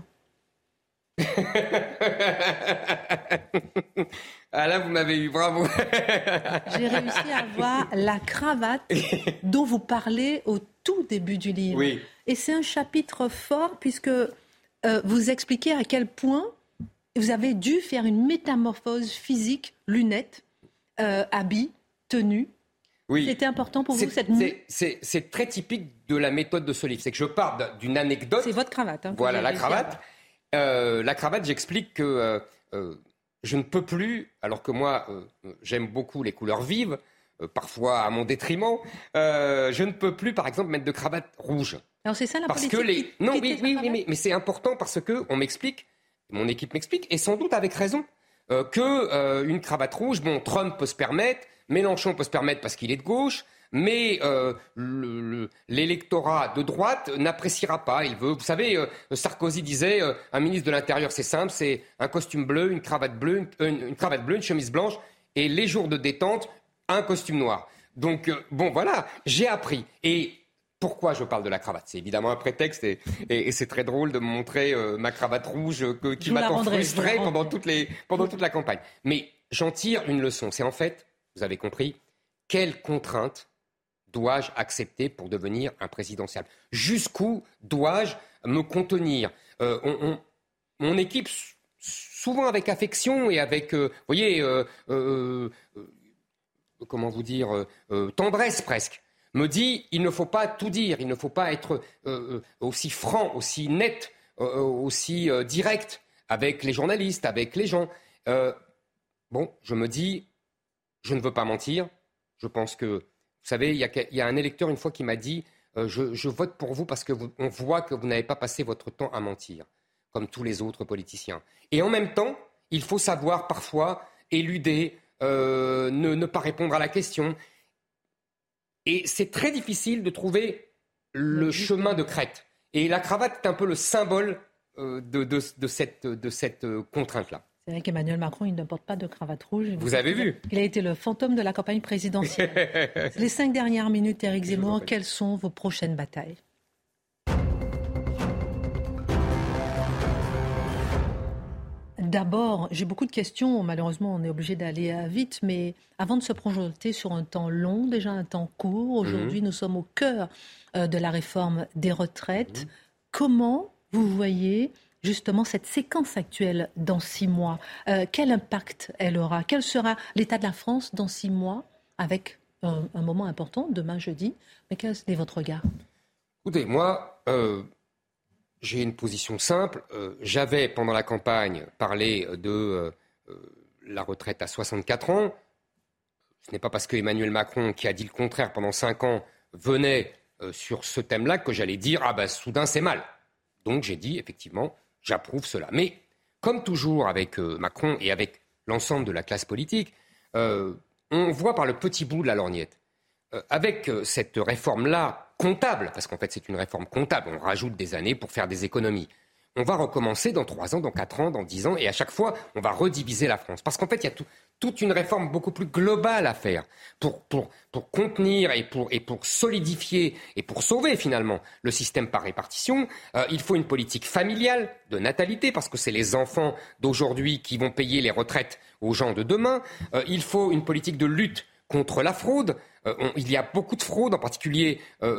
Ah là, vous m'avez eu, bravo. J'ai réussi à avoir la cravate dont vous parlez au tout début du livre. Oui. Et c'est un chapitre fort puisque vous expliquez à quel point vous avez dû faire une métamorphose physique, lunettes, habits, tenue. Oui. C'était important pour vous c'est très typique de la méthode de ce livre. C'est que je pars d'une anecdote. C'est votre cravate. Hein, voilà, la cravate. La cravate, j'explique que je ne peux plus, alors que moi, j'aime beaucoup les couleurs vives, parfois à mon détriment, je ne peux plus, par exemple, mettre de cravate rouge. Alors c'est ça la politique. Mais c'est important parce que on m'explique, mon équipe m'explique, et sans doute avec raison, que une cravate rouge, bon, Trump peut se permettre, Mélenchon peut se permettre parce qu'il est de gauche, mais l'électorat de droite n'appréciera pas. Il veut, vous savez, Sarkozy disait, un ministre de l'Intérieur, c'est simple, c'est un costume bleu, une cravate bleue, une chemise blanche, et les jours de détente, un costume noir. Donc, bon, voilà, j'ai appris. Et pourquoi je parle de la cravate ? C'est évidemment un prétexte, et c'est très drôle de me montrer ma cravate rouge qui m'a tant frustré pendant toute la campagne. Mais j'en tire une leçon. C'est en fait, vous avez compris, quelle contrainte dois-je accepter pour devenir un présidentiable ? Jusqu'où dois-je me contenir ? Mon équipe, souvent avec affection et avec, tendresse presque, me dit il ne faut pas tout dire, il ne faut pas être aussi franc, aussi net, aussi direct avec les journalistes, avec les gens. Je me dis, je ne veux pas mentir. Je pense que, vous savez, il y a un électeur une fois qui m'a dit je vote pour vous parce qu'on voit que vous n'avez pas passé votre temps à mentir, comme tous les autres politiciens. Et en même temps, il faut savoir parfois éluder, ne pas répondre à la question. Et c'est très difficile de trouver le chemin de crête. Et la cravate est un peu le symbole de cette contrainte-là. C'est vrai qu'Emmanuel Macron, il ne porte pas de cravate rouge. Vous avez vu ? Il a été le fantôme de la campagne présidentielle. Les 5 dernières minutes, Éric Zemmour, quelles sont vos prochaines batailles ? D'abord, j'ai beaucoup de questions. Malheureusement, on est obligé d'aller vite. Mais avant de se projeter sur un temps long, déjà un temps court, aujourd'hui, nous sommes au cœur de la réforme des retraites. Comment vous voyez justement cette séquence actuelle dans 6 mois? Quel impact elle aura? Quel sera l'état de la France dans 6 mois avec un moment important, demain jeudi? Mais quel est votre regard? Écoutez, moi, j'ai une position simple. J'avais, pendant la campagne, parlé de la retraite à 64 ans. Ce n'est pas parce que Emmanuel Macron, qui a dit le contraire pendant 5 ans, venait sur ce thème-là que j'allais dire « soudain, c'est mal ». Donc j'ai dit, effectivement, j'approuve cela. Mais, comme toujours avec Macron et avec l'ensemble de la classe politique, on voit par le petit bout de la lorgnette. Avec cette réforme-là, comptable, parce qu'en fait c'est une réforme comptable, on rajoute des années pour faire des économies. On va recommencer dans 3 ans, dans 4 ans, dans 10 ans, et à chaque fois, on va rediviser la France. Parce qu'en fait, il y a toute une réforme beaucoup plus globale à faire pour contenir et pour solidifier et pour sauver finalement le système par répartition. Il faut une politique familiale de natalité, parce que c'est les enfants d'aujourd'hui qui vont payer les retraites aux gens de demain. Il faut une politique de lutte contre la fraude. Il y a beaucoup de fraude, en particulier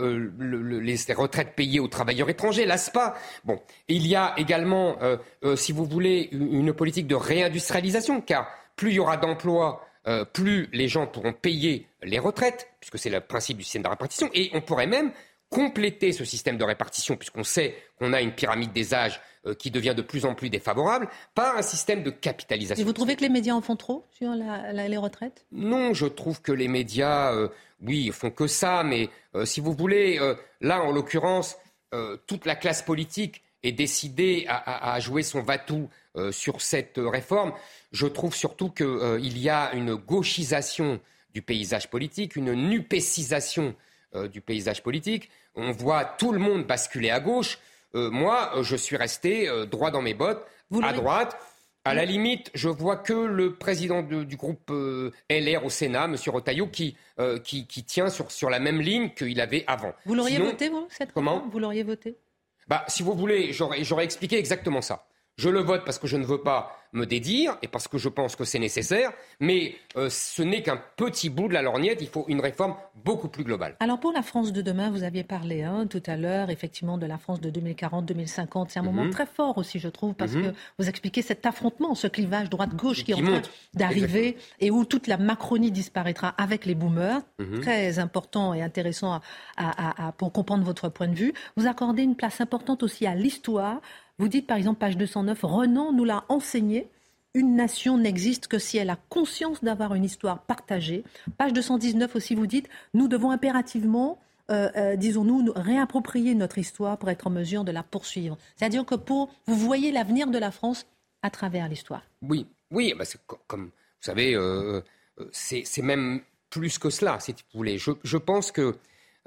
les retraites payées aux travailleurs étrangers, l'ASPA. Bon, il y a également, si vous voulez, une politique de réindustrialisation, car plus il y aura d'emplois, plus les gens pourront payer les retraites, puisque c'est le principe du système de répartition, et on pourrait même compléter ce système de répartition, puisqu'on sait qu'on a une pyramide des âges qui devient de plus en plus défavorable, par un système de capitalisation. Et vous trouvez que les médias en font trop sur les retraites ? Non, je trouve que les médias, font que ça, mais si vous voulez, là, en l'occurrence, toute la classe politique est décidée à jouer son va-tout sur cette réforme. Je trouve surtout qu'il y a une gauchisation du paysage politique, une nupécisation du paysage politique. On voit tout le monde basculer à gauche. Moi, je suis resté droit dans mes bottes, à droite. À la limite, je vois que le président du groupe LR au Sénat, M. Retailleau, qui tient sur la même ligne qu'il avait avant. Vous l'auriez voté, vous, cette réforme ? Comment ? Vous l'auriez voté ? Si vous voulez, j'aurais expliqué exactement ça. Je le vote parce que je ne veux pas me dédire et parce que je pense que c'est nécessaire, mais ce n'est qu'un petit bout de la lorgnette, il faut une réforme beaucoup plus globale. Alors pour la France de demain, vous aviez parlé tout à l'heure, effectivement, de la France de 2040-2050. C'est un moment très fort aussi, je trouve, parce que vous expliquez cet affrontement, ce clivage droite-gauche qui est en train d'arriver. Exactement. Et où toute la Macronie disparaîtra avec les boomers. Très important et intéressant pour comprendre votre point de vue. Vous accordez une place importante aussi à l'histoire. Vous dites par exemple, page 209, Renan nous l'a enseigné, une nation n'existe que si elle a conscience d'avoir une histoire partagée. Page 219 aussi, vous dites, nous devons impérativement, disons-nous, réapproprier notre histoire pour être en mesure de la poursuivre. C'est-à-dire que vous voyez l'avenir de la France à travers l'histoire. Oui, c'est comme vous savez, c'est même plus que cela, si vous voulez. Je pense que...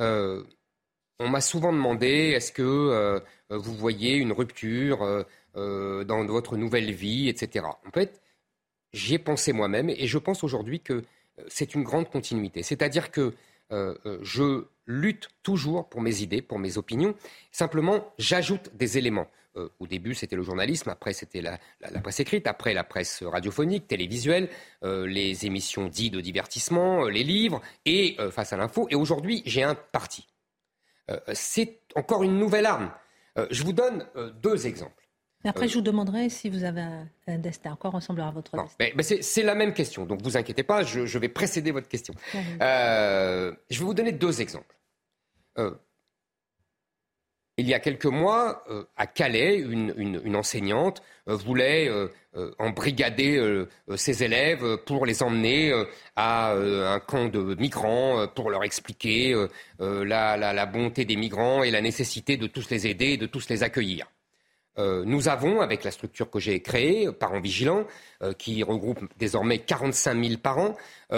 on m'a souvent demandé, est-ce que vous voyez une rupture dans votre nouvelle vie, etc. En fait, j'y ai pensé moi-même et je pense aujourd'hui que c'est une grande continuité. C'est-à-dire que je lutte toujours pour mes idées, pour mes opinions. Simplement, j'ajoute des éléments. Au début, c'était le journalisme, après, c'était la presse écrite, après la presse radiophonique, télévisuelle, les émissions dites de divertissement, les livres et Face à l'info. Et aujourd'hui, j'ai un parti. C'est encore une nouvelle arme. Je vous donne 2 exemples. Après, je vous demanderai si vous avez un destin. À quoi ressemblera votre destin? C'est la même question, donc vous inquiétez pas, je vais précéder votre question. Je vais vous donner 2 exemples. Il y a quelques mois, à Calais, une enseignante voulait embrigader ses élèves pour les emmener à un camp de migrants, pour leur expliquer la bonté des migrants et la nécessité de tous les aider et de tous les accueillir. Nous avons, avec la structure que j'ai créée, Parents Vigilants, qui regroupe désormais 45 000 parents,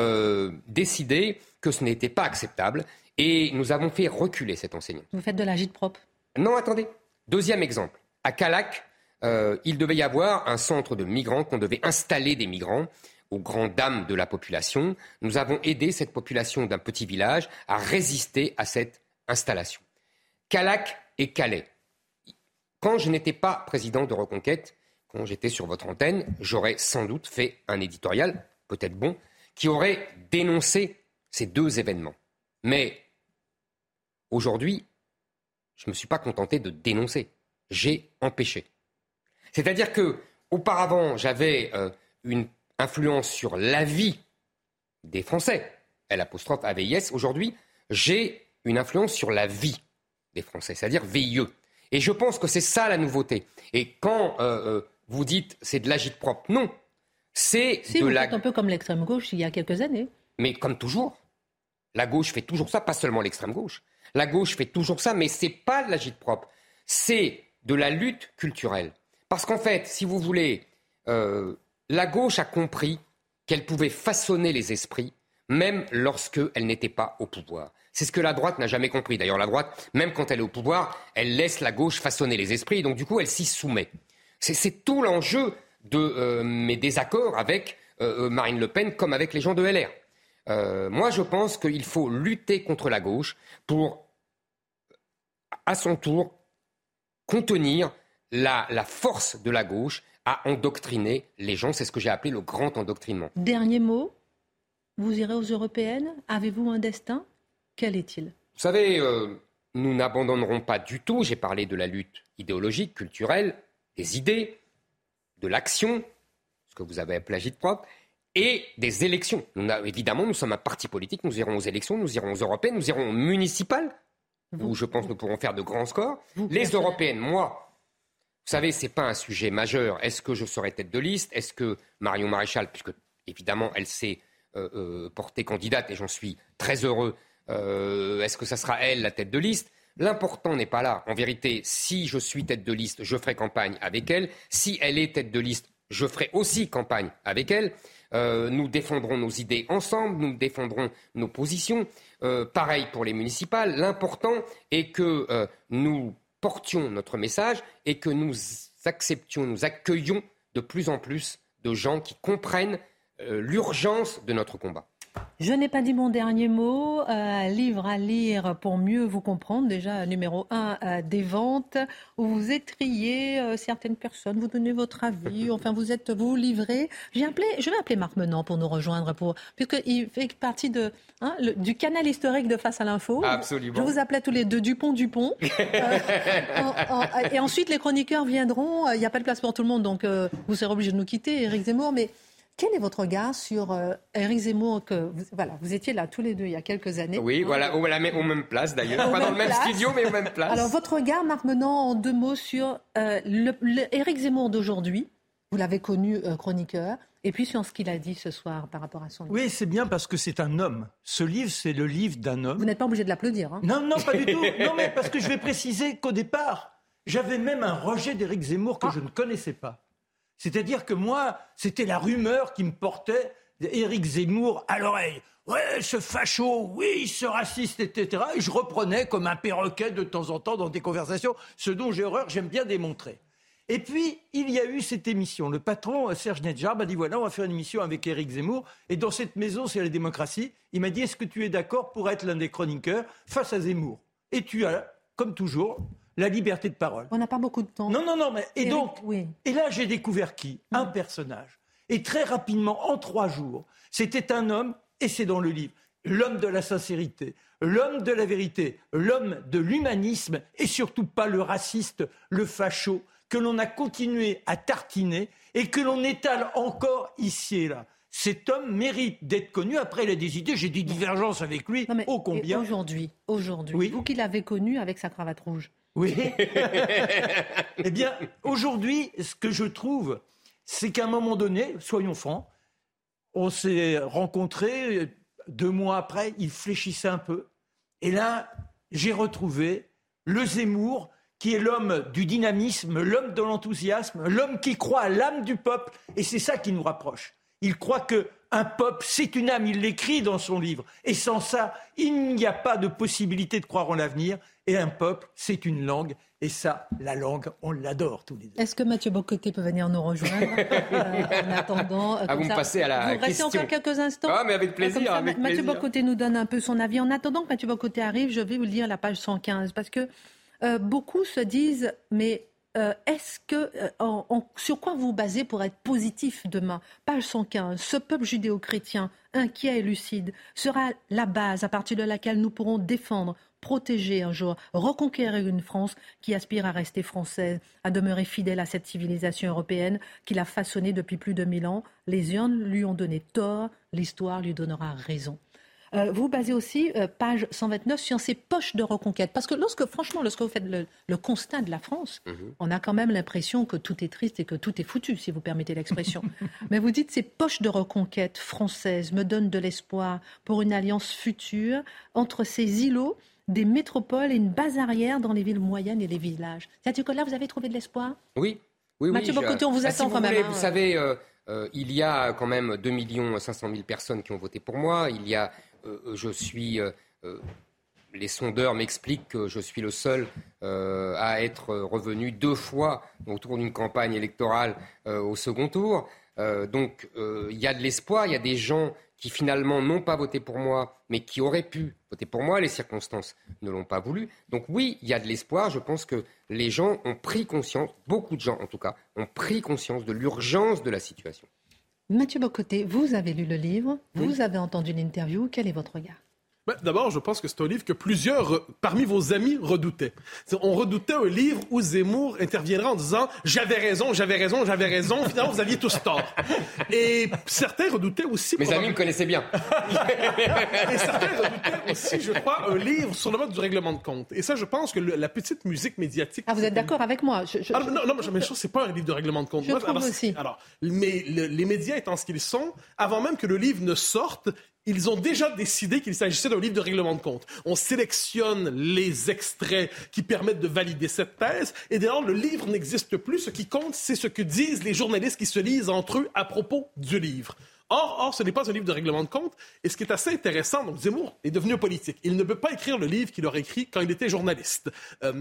décidé que ce n'était pas acceptable et nous avons fait reculer cet enseignant. Vous faites de l'agite-prop? Non, attendez. 2e exemple. À Callac, il devait y avoir un centre de migrants, qu'on devait installer des migrants aux grandes dames de la population. Nous avons aidé cette population d'un petit village à résister à cette installation. Callac et Calais. Quand je n'étais pas président de Reconquête, quand j'étais sur votre antenne, j'aurais sans doute fait un éditorial, peut-être bon, qui aurait dénoncé ces 2 événements. Mais aujourd'hui, je ne me suis pas contenté de dénoncer. J'ai empêché. C'est-à-dire qu'auparavant, j'avais une influence sur la vie des Français, L''AVIS. Aujourd'hui, j'ai une influence sur la vie des Français, c'est-à-dire VIE. Et je pense que c'est ça la nouveauté. Et quand vous dites c'est de l'agite-prop, non. C'est de la... faites un peu comme l'extrême gauche il y a quelques années. Mais comme toujours. La gauche fait toujours ça, pas seulement l'extrême gauche. La gauche fait toujours ça, mais c'est pas de l'agite-prop. C'est de la lutte culturelle. Parce qu'en fait, si vous voulez, la gauche a compris qu'elle pouvait façonner les esprits, même lorsqu'elle n'était pas au pouvoir. C'est ce que la droite n'a jamais compris. D'ailleurs, la droite, même quand elle est au pouvoir, elle laisse la gauche façonner les esprits, et donc du coup, elle s'y soumet. C'est tout l'enjeu de mes désaccords avec Marine Le Pen, comme avec les gens de LR. Moi, je pense qu'il faut lutter contre la gauche pour, à son tour, contenir la force de la gauche à endoctriner les gens. C'est ce que j'ai appelé le grand endoctrinement. Dernier mot, vous irez aux européennes. Avez-vous un destin? Quel est-il? Vous savez, nous n'abandonnerons pas du tout, j'ai parlé de la lutte idéologique, culturelle, des idées, de l'action, ce que vous avez appelé agite-prop, et des élections. Évidemment, nous sommes un parti politique, nous irons aux élections, nous irons aux européennes, nous irons aux municipales, où je pense que nous pourrons faire de grands scores. Les européennes, moi, vous savez, ce n'est pas un sujet majeur. Est-ce que je serai tête de liste? Est-ce que Marion Maréchal, puisque évidemment elle s'est portée candidate, et j'en suis très heureux, est-ce que ça sera elle la tête de liste? L'important n'est pas là. En vérité, si je suis tête de liste, je ferai campagne avec elle. Si elle est tête de liste, je ferai aussi campagne avec elle. Nous défendrons nos idées ensemble, nous défendrons nos positions. Pareil pour les municipales. L'important est que nous portions notre message et que nous acceptions, nous accueillions de plus en plus de gens qui comprennent l'urgence de notre combat. Je n'ai pas dit mon dernier mot. Livre à lire pour mieux vous comprendre. Déjà, numéro 1 des ventes, où vous étriez certaines personnes, vous donnez votre avis, enfin vous livrez. Je vais appeler Marc Menant pour nous rejoindre, puisqu'il fait partie du canal historique de Face à l'info. Absolument. Je vous appelais tous les deux Dupont. Et ensuite, les chroniqueurs viendront. Il n'y a pas de place pour tout le monde, donc vous serez obligé de nous quitter, Éric Zemmour, mais... Quel est votre regard sur Éric Zemmour vous étiez là tous les deux il y a quelques années. Oui, voilà, aux mêmes places d'ailleurs. Pas dans le même studio, mais aux mêmes places. Alors, votre regard, Marc Menant, en 2 mots sur Éric Zemmour d'aujourd'hui. Vous l'avez connu chroniqueur. Et puis sur ce qu'il a dit ce soir par rapport à son livre. Oui, c'est bien parce que c'est un homme. Ce livre, c'est le livre d'un homme. Vous n'êtes pas obligé de l'applaudir. Hein. Non, pas du tout. Non, mais parce que je vais préciser qu'au départ, j'avais même un rejet d'Éric Zemmour que je ne connaissais pas. C'est-à-dire que moi, c'était la rumeur qui me portait Éric Zemmour à l'oreille. Ouais, ce facho, oui, ce raciste, etc. Et je reprenais comme un perroquet de temps en temps dans des conversations, ce dont j'ai horreur, j'aime bien démontrer. Et puis, il y a eu cette émission. Le patron, Serge Nedjar, m'a dit, voilà, on va faire une émission avec Éric Zemmour. Et dans cette maison, c'est la démocratie. Il m'a dit, est-ce que tu es d'accord pour être l'un des chroniqueurs face à Zemmour? Et tu as, comme toujours... la liberté de parole. On n'a pas beaucoup de temps. Non, mais... Et là, j'ai découvert qui? Un personnage. Et très rapidement, en 3 jours, c'était un homme, et c'est dans le livre, l'homme de la sincérité, l'homme de la vérité, l'homme de l'humanisme, et surtout pas le raciste, le facho, que l'on a continué à tartiner et que l'on étale encore ici et là. Cet homme mérite d'être connu. Après, il a des idées, j'ai des divergences avec lui, ô combien. Aujourd'hui, oui. Vous qui l'avez connu avec sa cravate rouge. Oui. Eh bien, aujourd'hui, ce que je trouve, c'est qu'à un moment donné, soyons francs, on s'est rencontrés, 2 mois après, il fléchissait un peu. Et là, j'ai retrouvé le Zemmour, qui est l'homme du dynamisme, l'homme de l'enthousiasme, l'homme qui croit à l'âme du peuple. Et c'est ça qui nous rapproche. Il croit qu'un peuple, c'est une âme, il l'écrit dans son livre. Et sans ça, il n'y a pas de possibilité de croire en l'avenir. Et un peuple, c'est une langue. Et ça, la langue, on l'adore tous les deux. Est-ce que Mathieu Bock-Côté peut venir nous rejoindre en attendant vous me passez à la vous restez encore quelques instants. Ah, mais avec plaisir. Ça, Mathieu Bock-Côté nous donne un peu son avis. En attendant que Mathieu Bock-Côté arrive, je vais vous lire la page 115. Parce que beaucoup se disent, mais est-ce que sur quoi vous vous basez pour être positif demain ? Page 115. Ce peuple judéo-chrétien, inquiet et lucide, sera la base à partir de laquelle nous pourrons défendre, protéger un jour, reconquérir une France qui aspire à rester française, à demeurer fidèle à cette civilisation européenne qu'il a façonnée depuis plus de 1000 ans. Les urnes lui ont donné tort, l'histoire lui donnera raison. Vous basez aussi, page 129, sur ces poches de reconquête. Parce que lorsque vous faites le constat de la France, on a quand même l'impression que tout est triste et que tout est foutu, si vous permettez l'expression. Mais vous dites, ces poches de reconquête françaises me donnent de l'espoir pour une alliance future entre ces îlots, des métropoles et une base arrière dans les villes moyennes et les villages. C'est-à-dire que là, vous avez trouvé de l'espoir ? Oui. Mathieu Bock-Côté, on vous attend quand même. Vous savez, il y a quand même 2 500 000 personnes qui ont voté pour moi. Il y a... les sondeurs m'expliquent que je suis le seul à être revenu 2 fois autour d'une campagne électorale au second tour. Donc il y a de l'espoir, il y a des gens qui finalement n'ont pas voté pour moi, mais qui auraient pu voter pour moi. Les circonstances ne l'ont pas voulu. Donc oui, il y a de l'espoir. Je pense que les gens ont pris conscience, beaucoup de gens en tout cas, ont pris conscience de l'urgence de la situation. Mathieu Bock-Côté, vous avez lu le livre, vous avez entendu l'interview, quel est votre regard ? D'abord, je pense que c'est un livre que plusieurs, parmi vos amis, redoutaient. On redoutait un livre où Zemmour interviendra en disant « J'avais raison, finalement vous aviez tous tort ». Et certains redoutaient aussi... Mes amis me connaissaient bien. Et certains redoutaient aussi, je crois, un livre sur le mode du règlement de compte. Et ça, je pense que la petite musique médiatique... Ah, vous êtes d'accord avec moi ? Non, mais je c'est pas un livre de règlement de compte. Je trouve aussi. Mais les médias étant ce qu'ils sont, avant même que le livre ne sorte, ils ont déjà décidé qu'il s'agissait d'un livre de règlement de compte. On sélectionne les extraits qui permettent de valider cette thèse, et d'ailleurs, le livre n'existe plus. Ce qui compte, c'est ce que disent les journalistes qui se lisent entre eux à propos du livre. Or, ce n'est pas un livre de règlement de compte. Et ce qui est assez intéressant, donc Zemmour est devenu politique. Il ne peut pas écrire le livre qu'il aurait écrit quand il était journaliste.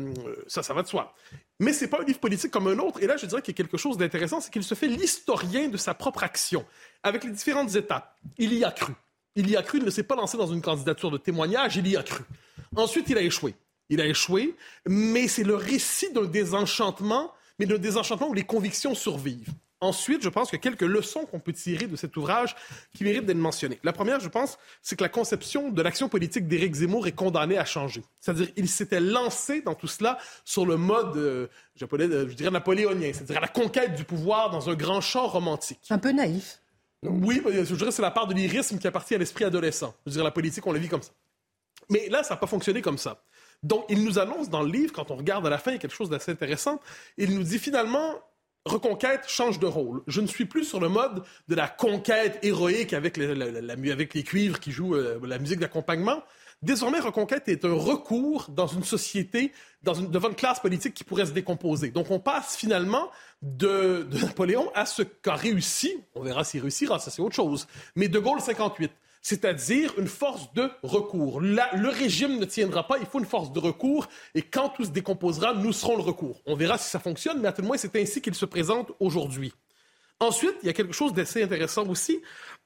Ça va de soi. Mais c'est pas un livre politique comme un autre. Et là, je dirais qu'il y a quelque chose d'intéressant, c'est qu'il se fait l'historien de sa propre action, avec les différentes étapes. Il y a cru. Il y a cru, il ne s'est pas lancé dans une candidature de témoignage, il y a cru. Ensuite, il a échoué. Il a échoué, mais c'est le récit d'un désenchantement, mais d'un désenchantement où les convictions survivent. Ensuite, je pense qu'il y a quelques leçons qu'on peut tirer de cet ouvrage qui méritent d'être mentionnées. La première, je pense, c'est que la conception de l'action politique d'Éric Zemmour est condamnée à changer. C'est-à-dire qu'il s'était lancé dans tout cela sur le mode, je dirais, napoléonien, c'est-à-dire à la conquête du pouvoir dans un grand chant romantique. Un peu naïf. Oui, je dirais que c'est la part de lyrisme qui appartient à l'esprit adolescent. Je dirais la politique, on la vit comme ça. Mais là, ça n'a pas fonctionné comme ça. Donc, il nous annonce dans le livre, quand on regarde à la fin, il y a quelque chose d'assez intéressant. Il nous dit finalement, Reconquête change de rôle. Je ne suis plus sur le mode de la conquête héroïque avec les cuivres qui jouent la musique d'accompagnement. Désormais, Reconquête est un recours dans une société, devant une classe politique qui pourrait se décomposer. Donc, on passe finalement de Napoléon à ce qu'a réussi, on verra s'il réussira, ça c'est autre chose, mais de Gaulle 58, c'est-à-dire une force de recours. Là, le régime ne tiendra pas, il faut une force de recours, et quand tout se décomposera, nous serons le recours. On verra si ça fonctionne, mais à tout le moins, c'est ainsi qu'il se présente aujourd'hui. Ensuite, il y a quelque chose d'assez intéressant aussi,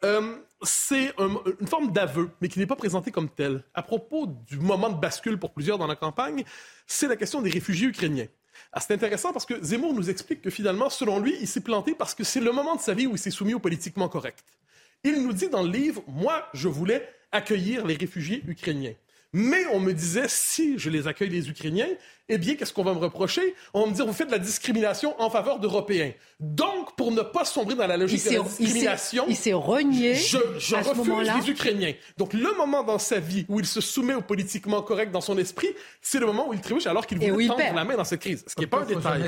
c'est une forme d'aveu, mais qui n'est pas présenté comme tel. À propos du moment de bascule pour plusieurs dans la campagne, c'est la question des réfugiés ukrainiens. Alors, c'est intéressant parce que Zemmour nous explique que finalement, selon lui, il s'est planté parce que c'est le moment de sa vie où il s'est soumis au politiquement correct. Il nous dit dans le livre, moi, je voulais accueillir les réfugiés ukrainiens. Mais on me disait, si je les accueille, les Ukrainiens, eh bien, qu'est-ce qu'on va me reprocher? On va me dire, vous faites de la discrimination en faveur d'Européens. Donc, pour ne pas sombrer dans la logique de la discrimination, il s'est renié je refuse les Ukrainiens. Donc, le moment dans sa vie où il se soumet au politiquement correct dans son esprit, c'est le moment où il trébuche alors qu'il voulait tendre la main dans cette crise. Ce qui n'est pas un détail.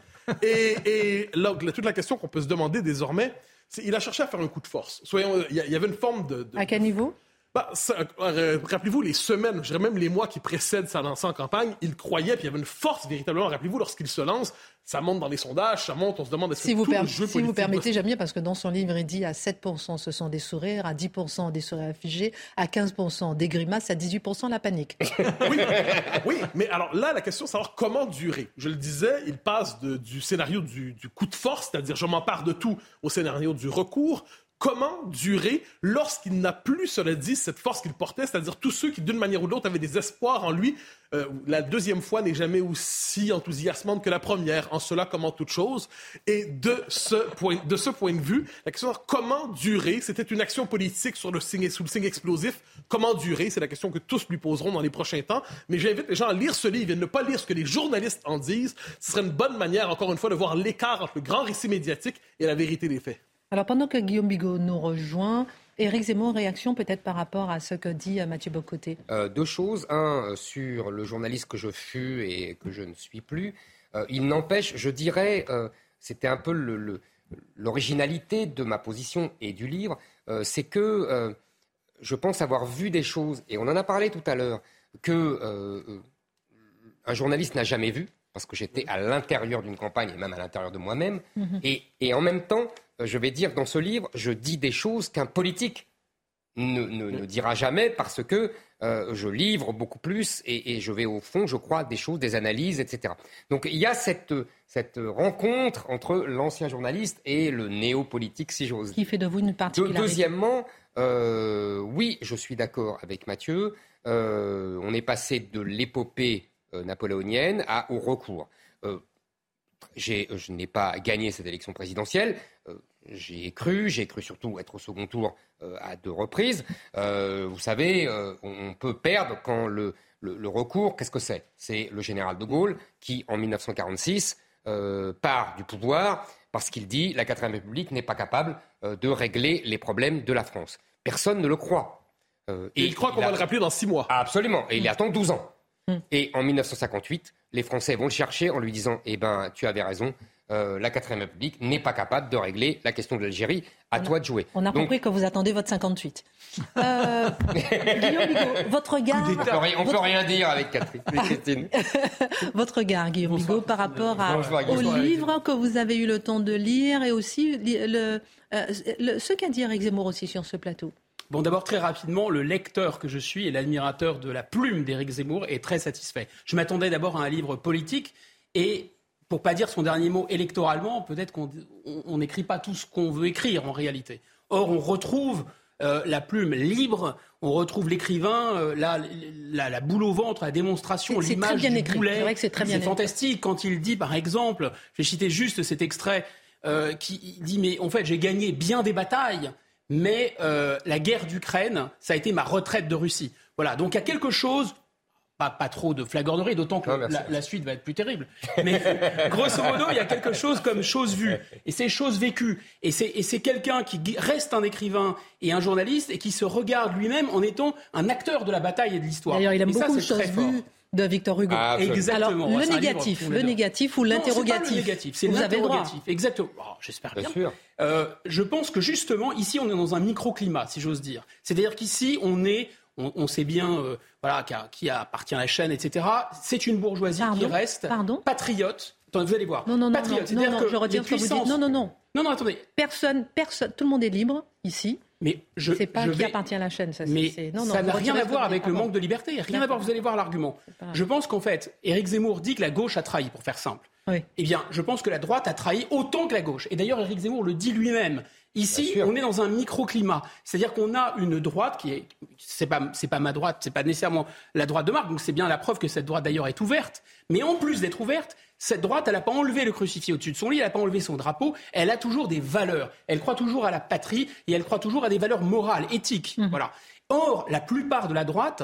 Et là, toute la question qu'on peut se demander désormais, c'est il a cherché à faire un coup de force. Il y avait une forme de... À quel niveau? Rappelez-vous, les semaines, je dirais même les mois qui précèdent sa lancée en campagne, il croyait, puis il y avait une force véritablement. Rappelez-vous, lorsqu'il se lance, ça monte dans les sondages, ça monte, on se demande est-ce que tout le jeu politique... Si vous permettez, j'aime bien, parce que dans son livre, il dit à 7% ce sont des sourires, à 10% des sourires affligés, à 15% des grimaces, à 18% la panique. Oui, mais alors là, la question, c'est savoir comment durer. Je le disais, il passe du scénario du coup de force, c'est-à-dire je m'empare de tout, au scénario du recours. Comment durer lorsqu'il n'a plus, cela dit, cette force qu'il portait, c'est-à-dire tous ceux qui, d'une manière ou de l'autre, avaient des espoirs en lui. La deuxième fois n'est jamais aussi enthousiasmante que la première, en cela comment toute chose. Et de ce point de vue, la question de comment durer, c'était une action politique sous le signe explosif. Comment durer, c'est la question que tous lui poseront dans les prochains temps. Mais j'invite les gens à lire ce livre et ne pas lire ce que les journalistes en disent. Ce serait une bonne manière, encore une fois, de voir l'écart entre le grand récit médiatique et la vérité des faits. Alors, pendant que Guillaume Bigot nous rejoint, Éric Zemmour, réaction peut-être par rapport à ce que dit Mathieu Bock-Côté. Deux choses. Un, sur le journaliste que je fus et que je ne suis plus. Il n'empêche, je dirais, c'était un peu l'originalité de ma position et du livre, c'est que je pense avoir vu des choses, et on en a parlé tout à l'heure, que un journaliste n'a jamais vu, parce que j'étais à l'intérieur d'une campagne et même à l'intérieur de moi-même. Et en même temps, je vais dire dans ce livre, je dis des choses qu'un politique ne dira jamais parce que je livre beaucoup plus et je vais au fond, je crois, des choses, des analyses, etc. Donc il y a cette rencontre entre l'ancien journaliste et le néo-politique, si j'ose dire. Qui fait de vous une particularité. Deuxièmement, oui, je suis d'accord avec Mathieu. On est passé de l'épopée napoléonienne au recours. Je n'ai pas gagné cette élection présidentielle. J'ai cru surtout être au second tour à 2 reprises. Vous savez, on peut perdre quand le recours, qu'est-ce que c'est ? C'est le général de Gaulle qui, en 1946, part du pouvoir parce qu'il dit la 4e République n'est pas capable de régler les problèmes de la France. Personne ne le croit. Et il croit qu'on va le rappeler dans 6 mois. Absolument. Et il attend 12 ans. Et en 1958, les Français vont le chercher en lui disant « Eh ben, tu avais raison, la 4e République n'est pas capable de régler la question de l'Algérie. À toi de jouer. » On a compris que vous attendez votre 58. Guillaume Bigot, votre regard... On peut rien dire avec Christine. Votre regard, Guillaume Bigot, par rapport au livre que vous avez eu le temps de lire et aussi ce qu'a dit Éric Zemmour aussi sur ce plateau. Bon, d'abord, très rapidement, le lecteur que je suis et l'admirateur de la plume d'Éric Zemmour est très satisfait. Je m'attendais d'abord à un livre politique et, pour pas dire son dernier mot électoralement, peut-être qu'on n'écrit pas tout ce qu'on veut écrire en réalité. Or, on retrouve la plume libre, on retrouve l'écrivain, la boule au ventre, la démonstration, l'image du boulet. C'est vrai que c'est très bien écrit. Fantastique quand il dit, par exemple, je vais citer juste cet extrait, qui dit « Mais en fait, j'ai gagné bien des batailles ». Mais la guerre d'Ukraine, ça a été ma retraite de Russie. Voilà, donc il y a quelque chose, pas trop de flagornerie, d'autant que la suite va être plus terrible. Mais grosso modo, il y a quelque chose comme chose vue. Et c'est chose vécue. Et c'est quelqu'un qui reste un écrivain et un journaliste et qui se regarde lui-même en étant un acteur de la bataille et de l'histoire. D'ailleurs, il aime beaucoup chose vue de Victor Hugo. Exactement. Alors, le négatif ou l'interrogatif. C'est pas le négatif, c'est l'interrogatif. Exactement. Oh, j'espère bien. Sûr. Je pense que justement, ici, on est dans un microclimat, si j'ose dire. C'est-à-dire qu'ici, on sait bien qui appartient à la chaîne, etc. C'est une bourgeoisie qui reste patriote. Attendez, vous allez voir. Non, je retire ce que vous dites. Non, attendez. Personne, tout le monde est libre, ici. Mais c'est pas qui appartient à la chaîne. Ça n'a rien à voir avec le manque de liberté. Rien à voir, vous allez voir l'argument. Je pense qu'en fait, Éric Zemmour dit que la gauche a trahi, pour faire simple. Oui. Eh bien, je pense que la droite a trahi autant que la gauche. Et d'ailleurs, Éric Zemmour le dit lui-même. Ici, on est dans un microclimat. C'est-à-dire qu'on a une droite qui est... C'est pas ma droite, c'est pas nécessairement la droite de Marc. Donc c'est bien la preuve que cette droite, d'ailleurs, est ouverte. Mais en plus d'être ouverte, cette droite, elle n'a pas enlevé le crucifix au-dessus de son lit, elle n'a pas enlevé son drapeau. Elle a toujours des valeurs. Elle croit toujours à la patrie et elle croit toujours à des valeurs morales, éthiques. Voilà. Or, la plupart de la droite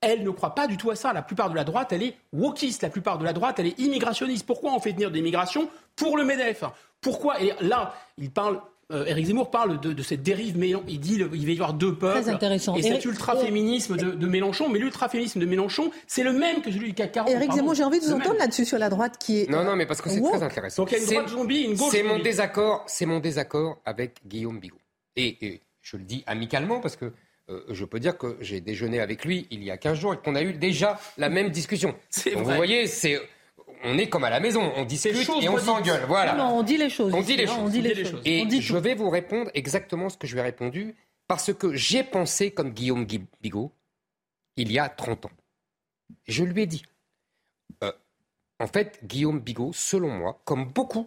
elle ne croit pas du tout à ça. La plupart de la droite, elle est wokiste. La plupart de la droite, elle est immigrationniste. Pourquoi on fait venir des migrations pour le MEDEF ? Pourquoi ? Et là, Éric Zemmour parle de cette dérive. Il dit qu'il va y avoir deux peuples. Très intéressant. Et cet ultra-féminisme de Mélenchon. Mais l'ultra-féminisme de Mélenchon, c'est le même que celui du CAC 40. Éric Zemmour, j'ai envie de vous entendre là-dessus sur la droite qui est... Non, mais parce que c'est très intéressant. Donc il y a une droite zombie, une gauche c'est zombie. mon désaccord avec Guillaume Bigot. Et je le dis amicalement parce que je peux dire que j'ai déjeuné avec lui il y a 15 jours et qu'on a eu déjà la même discussion. Donc vous voyez, on est comme à la maison, on discute et on s'engueule. Voilà. Non, on dit les choses. On dit les choses. Et je vais vous répondre exactement ce que je lui ai répondu parce que j'ai pensé comme Guillaume Bigot il y a 30 ans. Je lui ai dit, en fait, Guillaume Bigot, selon moi, comme beaucoup,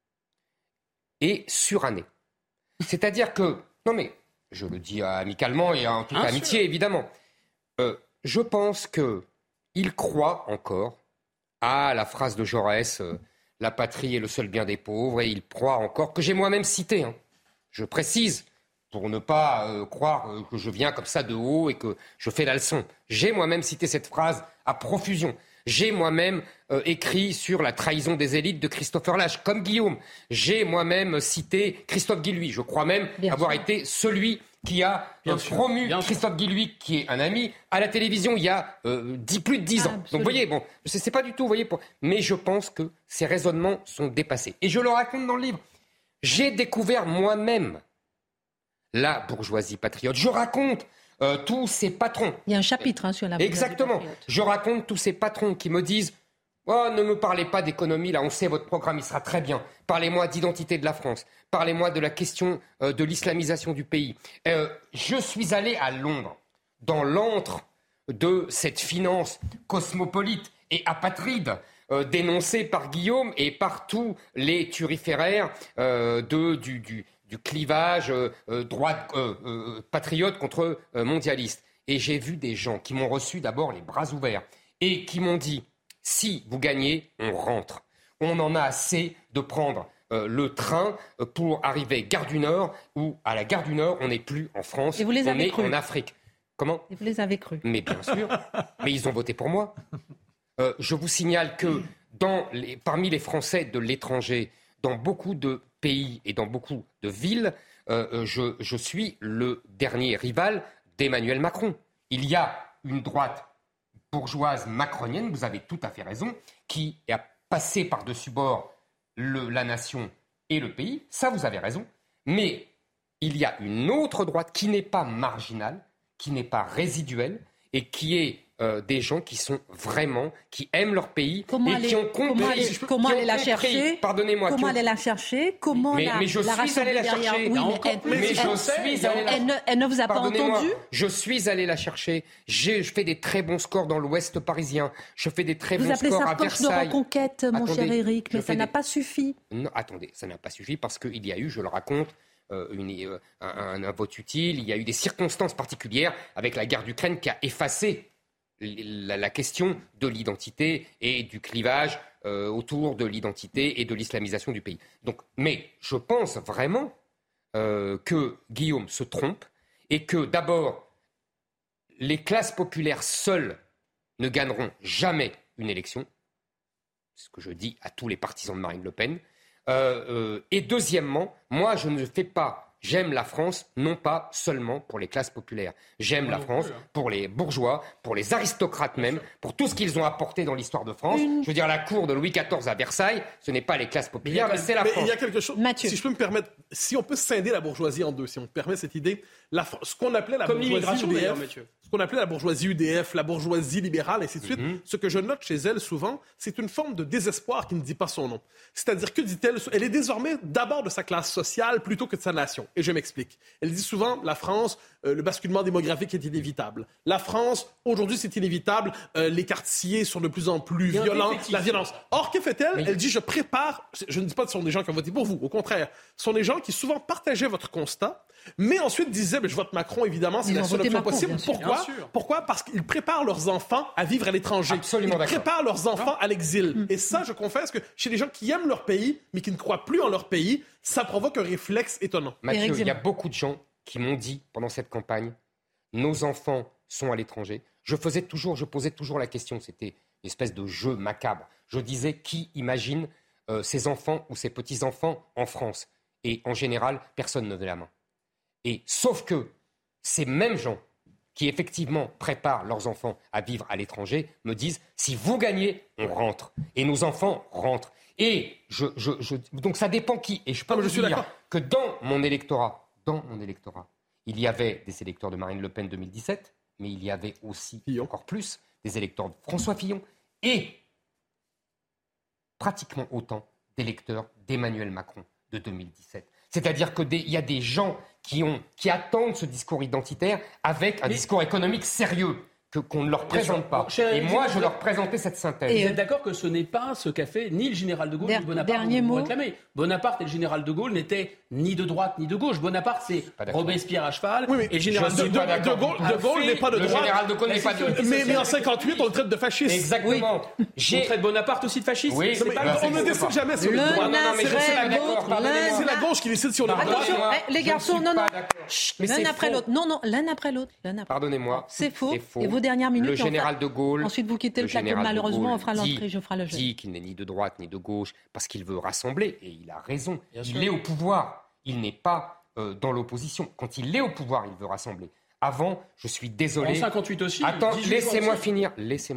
est suranné. C'est-à-dire que, non mais, je le dis amicalement et en toute amitié, évidemment, je pense qu'il croit encore à la phrase de Jaurès, la patrie est le seul bien des pauvres, et il croit encore, que j'ai moi-même cité, je précise, pour ne pas croire que je viens comme ça de haut et que je fais la leçon. J'ai moi-même cité cette phrase à profusion. J'ai moi-même écrit sur la trahison des élites de Christopher Lasch, comme Guillaume. J'ai moi-même cité Christophe Guilluy. Je crois même avoir été celui qui a promu Christophe Guilluy, qui est un ami, à la télévision il y a plus de 10 ans. Donc vous voyez, c'est pas du tout, mais je pense que ces raisonnements sont dépassés. Et je le raconte dans le livre. J'ai découvert moi-même la bourgeoisie patriote. Je raconte tous ces patrons. Il y a un chapitre sur la bourgeoisie Exactement. patriote. Je raconte tous ces patrons qui me disent « Oh, ne me parlez pas d'économie, là, on sait, votre programme, il sera très bien. Parlez-moi d'identité de la France. Parlez-moi de la question de l'islamisation du pays. » Je suis allé à Londres, dans l'antre de cette finance cosmopolite et apatride dénoncée par Guillaume et par tous les turiféraires du clivage droite patriote contre mondialiste. Et j'ai vu des gens qui m'ont reçu d'abord les bras ouverts et qui m'ont dit « Si vous gagnez, on rentre. On en a assez de prendre le train pour arriver Gare du Nord, où à la Gare du Nord, on n'est plus en France, on est en Afrique. » Comment ? Et vous les avez crus. Mais bien sûr. Mais ils ont voté pour moi. Je vous signale que parmi les Français de l'étranger, dans beaucoup de pays et dans beaucoup de villes, je suis le dernier rival d'Emmanuel Macron. Il y a une droite bourgeoise macronienne, vous avez tout à fait raison, qui a passé par-dessus bord la nation et le pays. Ça, vous avez raison. Mais il y a une autre droite qui n'est pas marginale, qui n'est pas résiduelle et qui est des gens qui sont vraiment, qui aiment leur pays et qui ont compris. Comment aller la chercher ? Pardonnez-moi. Comment aller la chercher ? Comment mais je suis allé la chercher. Elle ne vous a pas entendu ? Je suis allé la chercher. Je fais des très bons scores dans l'Ouest parisien. Je fais des très bons scores à Versailles. Vous appelez ça poche de reconquête, mon cher Éric, mais ça n'a pas suffi. Non, attendez, ça n'a pas suffi parce qu'il y a eu, je le raconte, un vote utile. Il y a eu des circonstances particulières avec la guerre d'Ukraine qui a effacé la question de l'identité et du clivage autour de l'identité et de l'islamisation du pays. Donc, mais je pense vraiment que Guillaume se trompe et que d'abord, les classes populaires seules ne gagneront jamais une élection. C'est ce que je dis à tous les partisans de Marine Le Pen. Et deuxièmement, moi je ne fais pas... J'aime la France, non pas seulement pour les classes populaires. J'aime la France pour les bourgeois, pour les aristocrates même, pour tout ce qu'ils ont apporté dans l'histoire de France. Je veux dire, la cour de Louis XIV à Versailles, ce n'est pas les classes populaires, mais c'est la France. Mais il y a quelque chose, Mathieu. si je peux me permettre, si on peut scinder la bourgeoisie en deux, si on me permet cette idée, ce qu'on appelait la bourgeoisie UDF, ce qu'on appelait la bourgeoisie UDF, la bourgeoisie libérale, et ainsi de suite, ce que je note chez elle souvent, c'est une forme de désespoir qui ne dit pas son nom. C'est-à-dire que, dit-elle, elle est désormais d'abord de sa classe sociale plutôt que de sa nation. Et je m'explique. Elle dit souvent, la France, le basculement démographique est inévitable. La France, aujourd'hui, c'est inévitable. Les quartiers sont de plus en plus violents. La violence. Or, que fait-elle ? Elle dit, je prépare... Je ne dis pas que ce sont des gens qui ont voté pour vous. Au contraire, ce sont des gens qui souvent partageaient votre constat, mais ensuite disaient, je vote Macron, évidemment, c'est la seule option possible. Pourquoi ? Parce qu'ils préparent leurs enfants à vivre à l'étranger. Absolument Ils préparent leurs enfants à l'exil. Et ça, je confesse que chez les gens qui aiment leur pays, mais qui ne croient plus en leur pays, ça provoque un réflexe étonnant. Mathieu, il y a beaucoup de gens qui m'ont dit pendant cette campagne, nos enfants sont à l'étranger, Je posais toujours la question, c'était une espèce de jeu macabre. Je disais, qui imagine ses enfants ou ses petits-enfants en France ? Et en général, personne ne levait la main. Et sauf que ces mêmes gens qui effectivement préparent leurs enfants à vivre à l'étranger me disent, si vous gagnez, on rentre. Et nos enfants rentrent. Et donc ça dépend qui. Et je peux vous dire que dans mon électorat, il y avait des électeurs de Marine Le Pen 2017, mais il y avait aussi encore plus des électeurs de François Fillon et pratiquement autant d'électeurs d'Emmanuel Macron de 2017. C'est-à-dire qu'il y a des gens qui attendent ce discours identitaire avec un discours économique sérieux. Qu'on ne leur présente pas. Et moi, je leur présentais cette synthèse. Et vous êtes d'accord que ce n'est pas ce qu'a fait ni le général de Gaulle ni Bonaparte vous réclamez. Bonaparte et le général de Gaulle n'étaient ni de droite ni de gauche. Bonaparte, c'est Robespierre à cheval. Oui, et le général de Gaulle n'est pas de droite. Le général de Gaulle n'est pas de droite. Mais en 58, on le traite de fasciste. Exactement. On traite Bonaparte aussi de fasciste. Oui, on ne décide jamais sur le droit. C'est la gauche qui décide sur le droit. Attention, les garçons, non. L'un après l'autre. Non, l'un après l'autre. Pardonnez-moi. C'est faux. Et vos dernières minutes. Le général de Gaulle. Ensuite, vous quittez le plateau. Malheureusement, on fera l'entrée. Je ferai le jeu. Dit qu'il n'est ni de droite ni de gauche parce qu'il veut rassembler. Et il a raison. Il est au pouvoir. Il n'est pas dans l'opposition. Quand il est au pouvoir, il veut rassembler. Avant, je suis désolé. En 58 aussi. Attends, laissez-moi finir.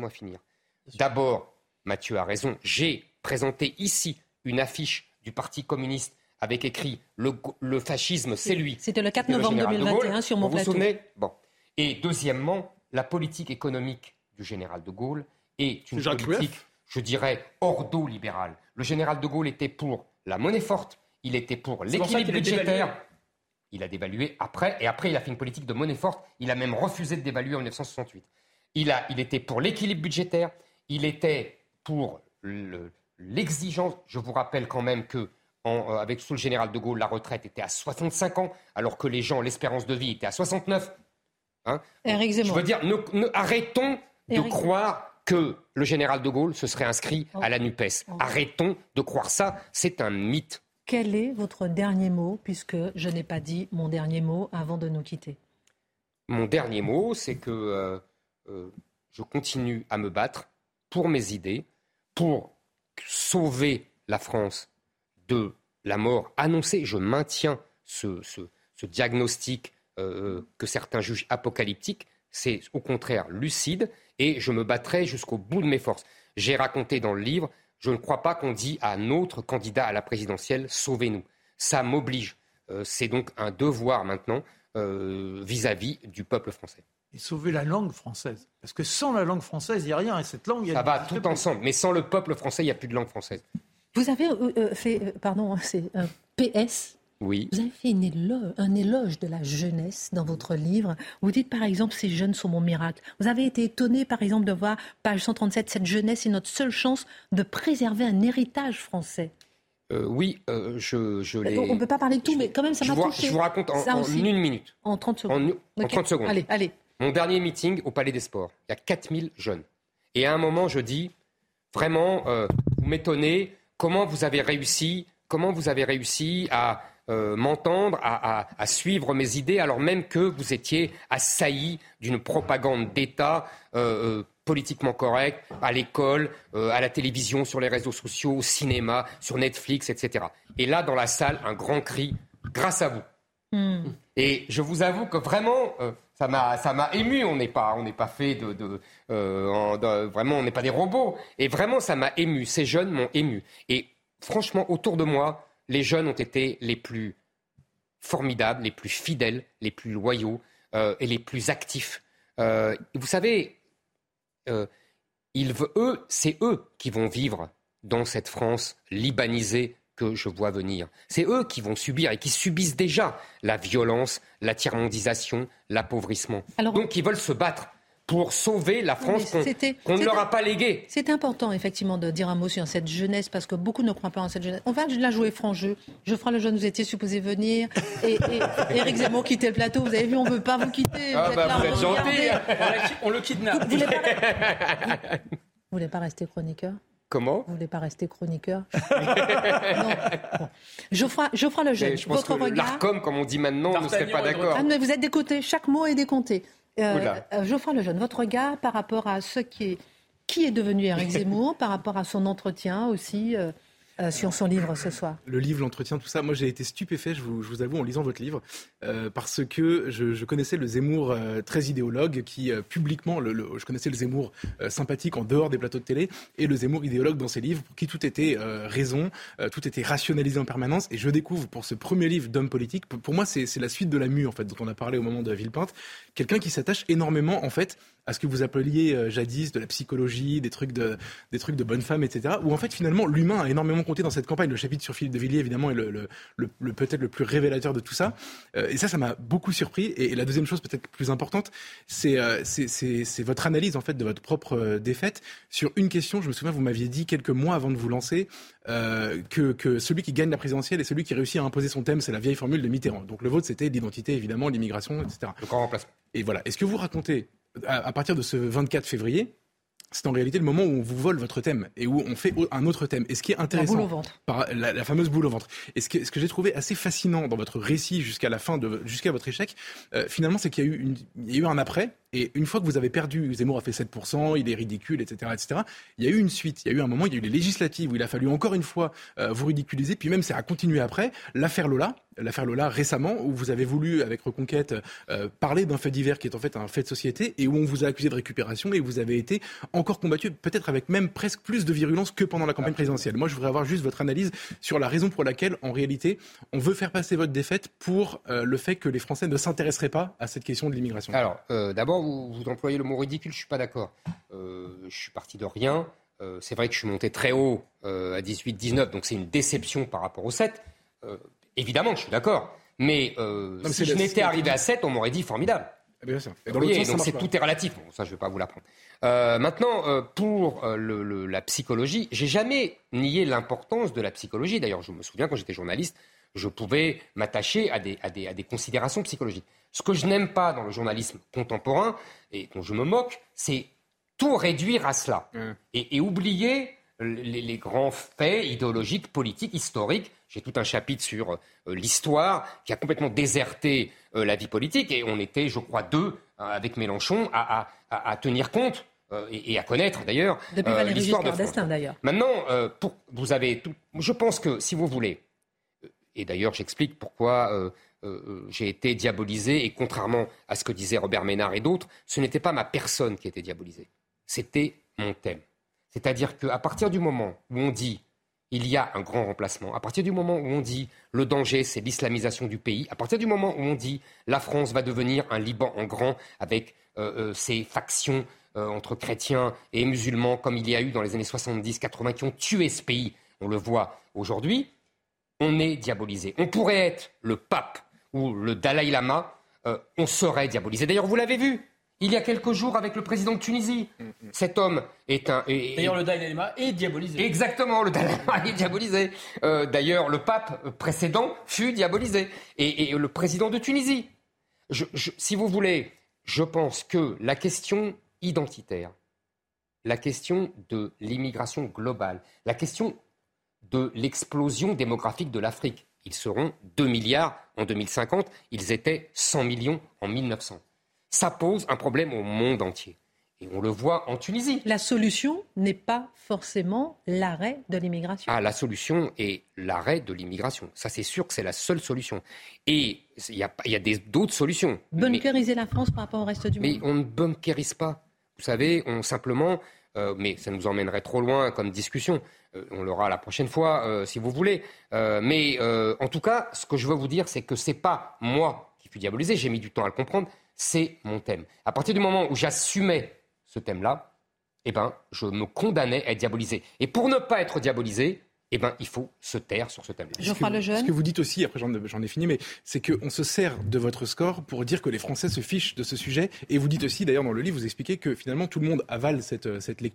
D'abord, Mathieu a raison. J'ai présenté ici une affiche du Parti communiste avec écrit le fascisme, c'est lui. C'était le 4 novembre 2021 sur mon plateau. Vous vous souvenez ? Bon. Et deuxièmement, la politique économique du général de Gaulle est une politique, je dirais, ordo-libérale. Le général de Gaulle était pour la monnaie forte, il était pour l'équilibre budgétaire. Il a dévalué après, et après il a fait une politique de monnaie forte. Il a même refusé de dévaluer en 1968. Il était pour l'équilibre budgétaire, il était pour l'exigence. Je vous rappelle quand même que sous le général de Gaulle, la retraite était à 65 ans, alors que les gens, l'espérance de vie était à 69. Éric Zemmour. Je veux dire, arrêtons de croire que le général de Gaulle se serait inscrit à la NUPES. Arrêtons de croire ça, c'est un mythe. Quel est votre dernier mot, puisque je n'ai pas dit mon dernier mot avant de nous quitter ? Mon dernier mot, c'est que je continue à me battre pour mes idées, pour sauver la France de la mort annoncée. Je maintiens ce diagnostic que certains jugent apocalyptique. C'est au contraire lucide et je me battrai jusqu'au bout de mes forces. J'ai raconté dans le livre, je ne crois pas qu'on dit à notre candidat à la présidentielle « sauvez-nous ». Ça m'oblige. C'est donc un devoir maintenant vis-à-vis du peuple français. Et sauver la langue française. Parce que sans la langue française, il n'y a rien. Et cette langue, ça va tout ensemble. Mais sans le peuple français, il n'y a plus de langue française. Vous avez fait, c'est un PS. Oui. Vous avez fait un éloge de la jeunesse dans votre livre. Vous dites par exemple, ces jeunes sont mon miracle. Vous avez été étonné par exemple de voir, page 137, cette jeunesse est notre seule chance de préserver un héritage français. Oui, je l'ai... On ne peut pas parler de tout, mais quand même ça m'a touché. Je vous raconte en une minute. En 30 secondes. En 30 secondes. Allez. Mon dernier meeting au Palais des Sports, il y a 4000 jeunes. Et à un moment, je dis, vraiment, vous m'étonnez, comment vous avez réussi à m'entendre, à suivre mes idées, alors même que vous étiez assailli d'une propagande d'État politiquement correcte, à l'école, à la télévision, sur les réseaux sociaux, au cinéma, sur Netflix, etc. Et là, dans la salle, un grand cri, grâce à vous. Et je vous avoue que vraiment, ça m'a ému. On n'est pas fait vraiment, on n'est pas des robots. Et vraiment, ça m'a ému. Ces jeunes m'ont ému. Et franchement, autour de moi, les jeunes ont été les plus formidables, les plus fidèles, les plus loyaux et les plus actifs. Vous savez, c'est eux qui vont vivre dans cette France libanisée que je vois venir. C'est eux qui vont subir et qui subissent déjà la violence, la tiers-mondisation, l'appauvrissement. Donc ils veulent se battre pour sauver la France qu'on ne leur a pas léguée. C'est important, effectivement, de dire un mot sur cette jeunesse, parce que beaucoup ne croient pas en cette jeunesse. On va la jouer franc jeu. Geoffroy Lejeune, vous étiez supposé venir. Et Éric Zemmour quittait le plateau. Vous avez vu, on ne veut pas vous quitter. Vous êtes gentil. On le kidnappe. Vous voulez pas rester chroniqueur ? Comment ? Vous voulez pas rester chroniqueur ? Non. Bon. Geoffroy Lejeune, je pense votre que regard... l'ARCOM, comme on dit maintenant, ne serait pas d'accord. Mais vous êtes décoté. Chaque mot est décompté. Geoffroy Lejeune, votre regard par rapport à qui est devenu Éric Zemmour, par rapport à son entretien aussi sur son livre ce soir. Le livre, l'entretien, tout ça, moi j'ai été stupéfait, je vous avoue, en lisant votre livre, parce que je connaissais le Zemmour très idéologue, qui publiquement, je connaissais le Zemmour sympathique en dehors des plateaux de télé, et le Zemmour idéologue dans ses livres, pour qui tout était raison, tout était rationalisé en permanence, et je découvre pour ce premier livre d'homme politique, pour moi c'est la suite de la mue en fait, dont on a parlé au moment de Villepinte, quelqu'un qui s'attache énormément en fait à ce que vous appeliez jadis de la psychologie, des trucs de bonne femme, etc. Où en fait finalement l'humain a énormément compté dans cette campagne. Le chapitre sur Philippe de Villiers évidemment est le peut-être le plus révélateur de tout ça. Et ça m'a beaucoup surpris. Et la deuxième chose peut-être plus importante, c'est votre analyse en fait de votre propre défaite sur une question. Je me souviens, vous m'aviez dit quelques mois avant de vous lancer que celui qui gagne la présidentielle et celui qui réussit à imposer son thème, c'est la vieille formule de Mitterrand. Donc le vôtre c'était l'identité évidemment, l'immigration, etc. Le grand remplacement. Et voilà. Est-ce que vous racontez à partir de ce 24 février, c'est en réalité le moment où on vous vole votre thème et où on fait un autre thème. Et ce qui est intéressant, la boule au ventre. La fameuse boule au ventre. Et ce que j'ai trouvé assez fascinant dans votre récit jusqu'à votre échec, finalement, c'est qu'il y a eu un après. Et une fois que vous avez perdu, Zemmour a fait 7%, il est ridicule, etc., etc. Il y a eu une suite. Il y a eu un moment, il y a eu les législatives où il a fallu encore une fois vous ridiculiser. Puis même, ça a continué après. L'affaire Lola récemment, où vous avez voulu, avec Reconquête, parler d'un fait divers qui est en fait un fait de société et où on vous a accusé de récupération et vous avez été encore combattu, peut-être avec même presque plus de virulence que pendant la campagne présidentielle. Moi, je voudrais avoir juste votre analyse sur la raison pour laquelle, en réalité, on veut faire passer votre défaite pour le fait que les Français ne s'intéresseraient pas à cette question de l'immigration. Alors, d'abord, vous employez le mot ridicule, je ne suis pas d'accord. Je suis parti de rien. C'est vrai que je suis monté très haut à 18, 19, donc c'est une déception par rapport au 7. Évidemment, je suis d'accord. Mais si je m'étais arrivé à 7, on m'aurait dit formidable. Bien sûr. Vous voyez, donc tout est relatif. Bon, ça, je ne vais pas vous l'apprendre. Maintenant, pour la psychologie, j'ai jamais nié l'importance de la psychologie. D'ailleurs, je me souviens, quand j'étais journaliste, je pouvais m'attacher à des considérations psychologiques. Ce que je n'aime pas dans le journalisme contemporain, et dont je me moque, c'est tout réduire à cela. Et oublier les grands faits idéologiques, politiques, historiques. J'ai tout un chapitre sur l'histoire qui a complètement déserté la vie politique. Et on était, je crois, deux, avec Mélenchon, à tenir compte et à connaître, d'ailleurs, depuis Valéry l'histoire Giscard de France. d'Estaing, d'ailleurs. Maintenant, vous avez tout. Je pense que, si vous voulez, et d'ailleurs, j'explique pourquoi j'ai été diabolisé, et contrairement à ce que disaient Robert Ménard et d'autres, ce n'était pas ma personne qui était diabolisée. C'était mon thème. C'est-à-dire qu'à partir du moment où on dit il y a un grand remplacement, à partir du moment où on dit le danger, c'est l'islamisation du pays, à partir du moment où on dit la France va devenir un Liban en grand avec ses factions entre chrétiens et musulmans, comme il y a eu dans les années 70-80, qui ont tué ce pays, on le voit aujourd'hui, on est diabolisé. On pourrait être le pape ou le Dalai Lama, on serait diabolisé. D'ailleurs, vous l'avez vu. Il y a quelques jours avec le président de Tunisie. Cet homme est un... D'ailleurs, le Dalai Lama est diabolisé. Exactement, le Dalai Lama est diabolisé. D'ailleurs, le pape précédent fut diabolisé. Et le président de Tunisie. Si vous voulez, je pense que la question identitaire, la question de l'immigration globale, la question de l'explosion démographique de l'Afrique, ils seront 2 milliards en 2050, ils étaient 100 millions en 1900. Ça pose un problème au monde entier. Et on le voit en Tunisie. La solution n'est pas forcément l'arrêt de l'immigration. Ah, la solution est l'arrêt de l'immigration. Ça, c'est sûr que c'est la seule solution. Et il y a d'autres solutions. Bunkeriser la France par rapport au reste du monde. Mais on ne bunkerise pas. Vous savez, on simplement... mais ça nous emmènerait trop loin comme discussion. On l'aura la prochaine fois, si vous voulez. Mais en tout cas, ce que je veux vous dire, c'est que c'est pas moi qui fus diabolisé. J'ai mis du temps à le comprendre. C'est mon thème. À partir du moment où j'assumais ce thème-là, je me condamnais à être diabolisé. Et pour ne pas être diabolisé, il faut se taire sur ce thème-là. Geoffroy Lejeune. Ce que vous dites aussi, après j'en ai fini, mais c'est qu'on se sert de votre score pour dire que les Français se fichent de ce sujet. Et vous dites aussi, d'ailleurs dans le livre, vous expliquez que finalement tout le monde avale cette lecture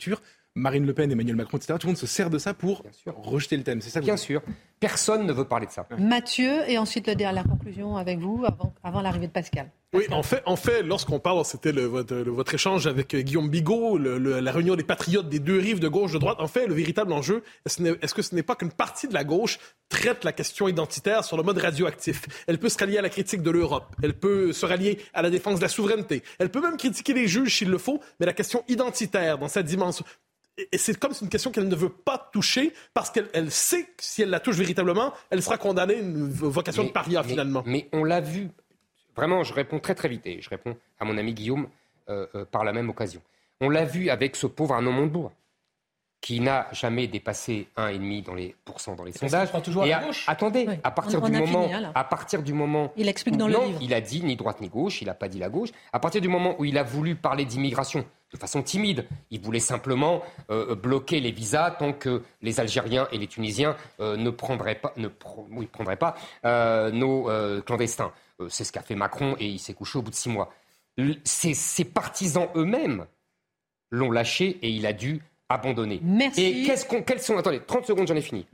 Marine Le Pen, Emmanuel Macron, etc. Tout le monde se sert de ça pour rejeter le thème. C'est ça. Bien sûr. Personne ne veut parler de ça. Mathieu, et ensuite la conclusion avec vous, avant l'arrivée de Pascal. Oui, en fait, lorsqu'on parle, c'était votre échange avec Guillaume Bigot, la réunion des patriotes des deux rives de gauche, de droite. En fait, le véritable enjeu, est-ce que ce n'est pas qu'une partie de la gauche traite la question identitaire sur le mode radioactif? Elle peut se rallier à la critique de l'Europe. Elle peut se rallier à la défense de la souveraineté. Elle peut même critiquer les juges s'il le faut, mais la question identitaire dans cette dimension... Et c'est comme une question qu'elle ne veut pas toucher parce qu'elle sait que si elle la touche véritablement, elle sera condamnée à une vocation de paria finalement. Mais on l'a vu. Vraiment, je réponds très très vite et je réponds à mon ami Guillaume par la même occasion. On l'a vu avec ce pauvre Arnaud Montebourg qui n'a jamais dépassé 1,5% dans les sondages. Toujours à gauche. Attendez, oui. à partir du moment... Il explique dans le livre. Il a dit ni droite ni gauche, il n'a pas dit la gauche. À partir du moment où il a voulu parler d'immigration de façon timide, il voulait simplement bloquer les visas tant que les Algériens et les Tunisiens ne prendraient pas nos clandestins. C'est ce qu'a fait Macron et il s'est couché au bout de 6 mois. Ses partisans eux-mêmes l'ont lâché et il a dû abandonner. Merci. Et quels sont... Attendez, 30 secondes, j'en ai fini.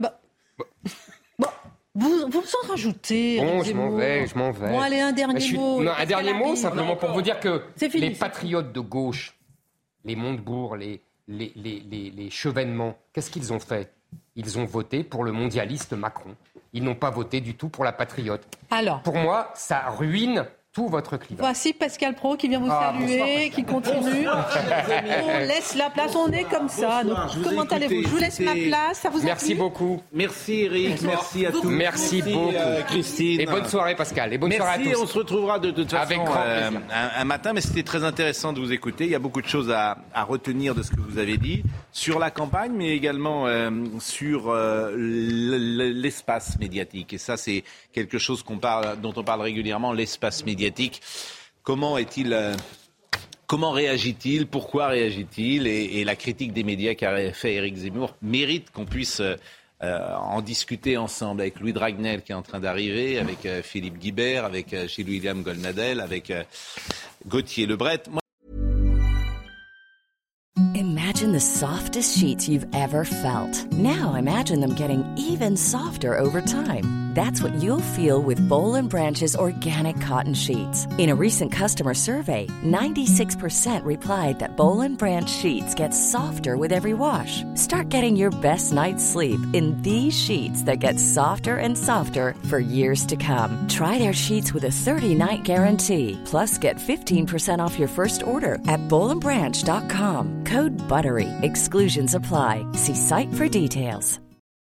Vous en rajoutez. Bon, je m'en vais. Bon, allez, un dernier mot. Non, un dernier mot, simplement pour vous dire que fini, les patriotes de gauche, les Montebourg, les Chevènement, qu'est-ce qu'ils ont fait? Ils ont voté pour le mondialiste Macron. Ils n'ont pas voté du tout pour la patriote. Alors, pour moi, ça ruine tout votre climat. Voici Pascal Praud qui vient vous saluer, qui continue. On laisse la place, on est comme ça. Donc, comment allez-vous? Je vous laisse ma place, ça vous a plu? Merci beaucoup. Merci Eric, merci à tous. Merci beaucoup. Christine. Et bonne soirée Pascal, et bonne soirée à tous. Merci, on se retrouvera de toute façon un matin, mais c'était très intéressant de vous écouter. Il y a beaucoup de choses à retenir de ce que vous avez dit, sur la campagne, mais également sur l'espace médiatique. Et ça, c'est quelque chose dont on parle régulièrement, l'espace médiatique. Comment réagit-il? Pourquoi réagit-il? Et la critique des médias qu'a fait Éric Zemmour mérite qu'on puisse en discuter ensemble avec Louis Dragnel qui est en train d'arriver, avec Philippe Guibert, avec Gilles William Goldnadel, avec Gauthier Lebret. Imagine the softest sheets you've ever felt. Now imagine them getting even softer over time. That's what you'll feel with Boll & Branch's organic cotton sheets. In a recent customer survey, 96% replied that Boll & Branch sheets get softer with every wash. Start getting your best night's sleep in these sheets that get softer and softer for years to come. Try their sheets with a 30-night guarantee. Plus, get 15% off your first order at bollandbranch.com. Code BUTTERY. Exclusions apply. See site for details.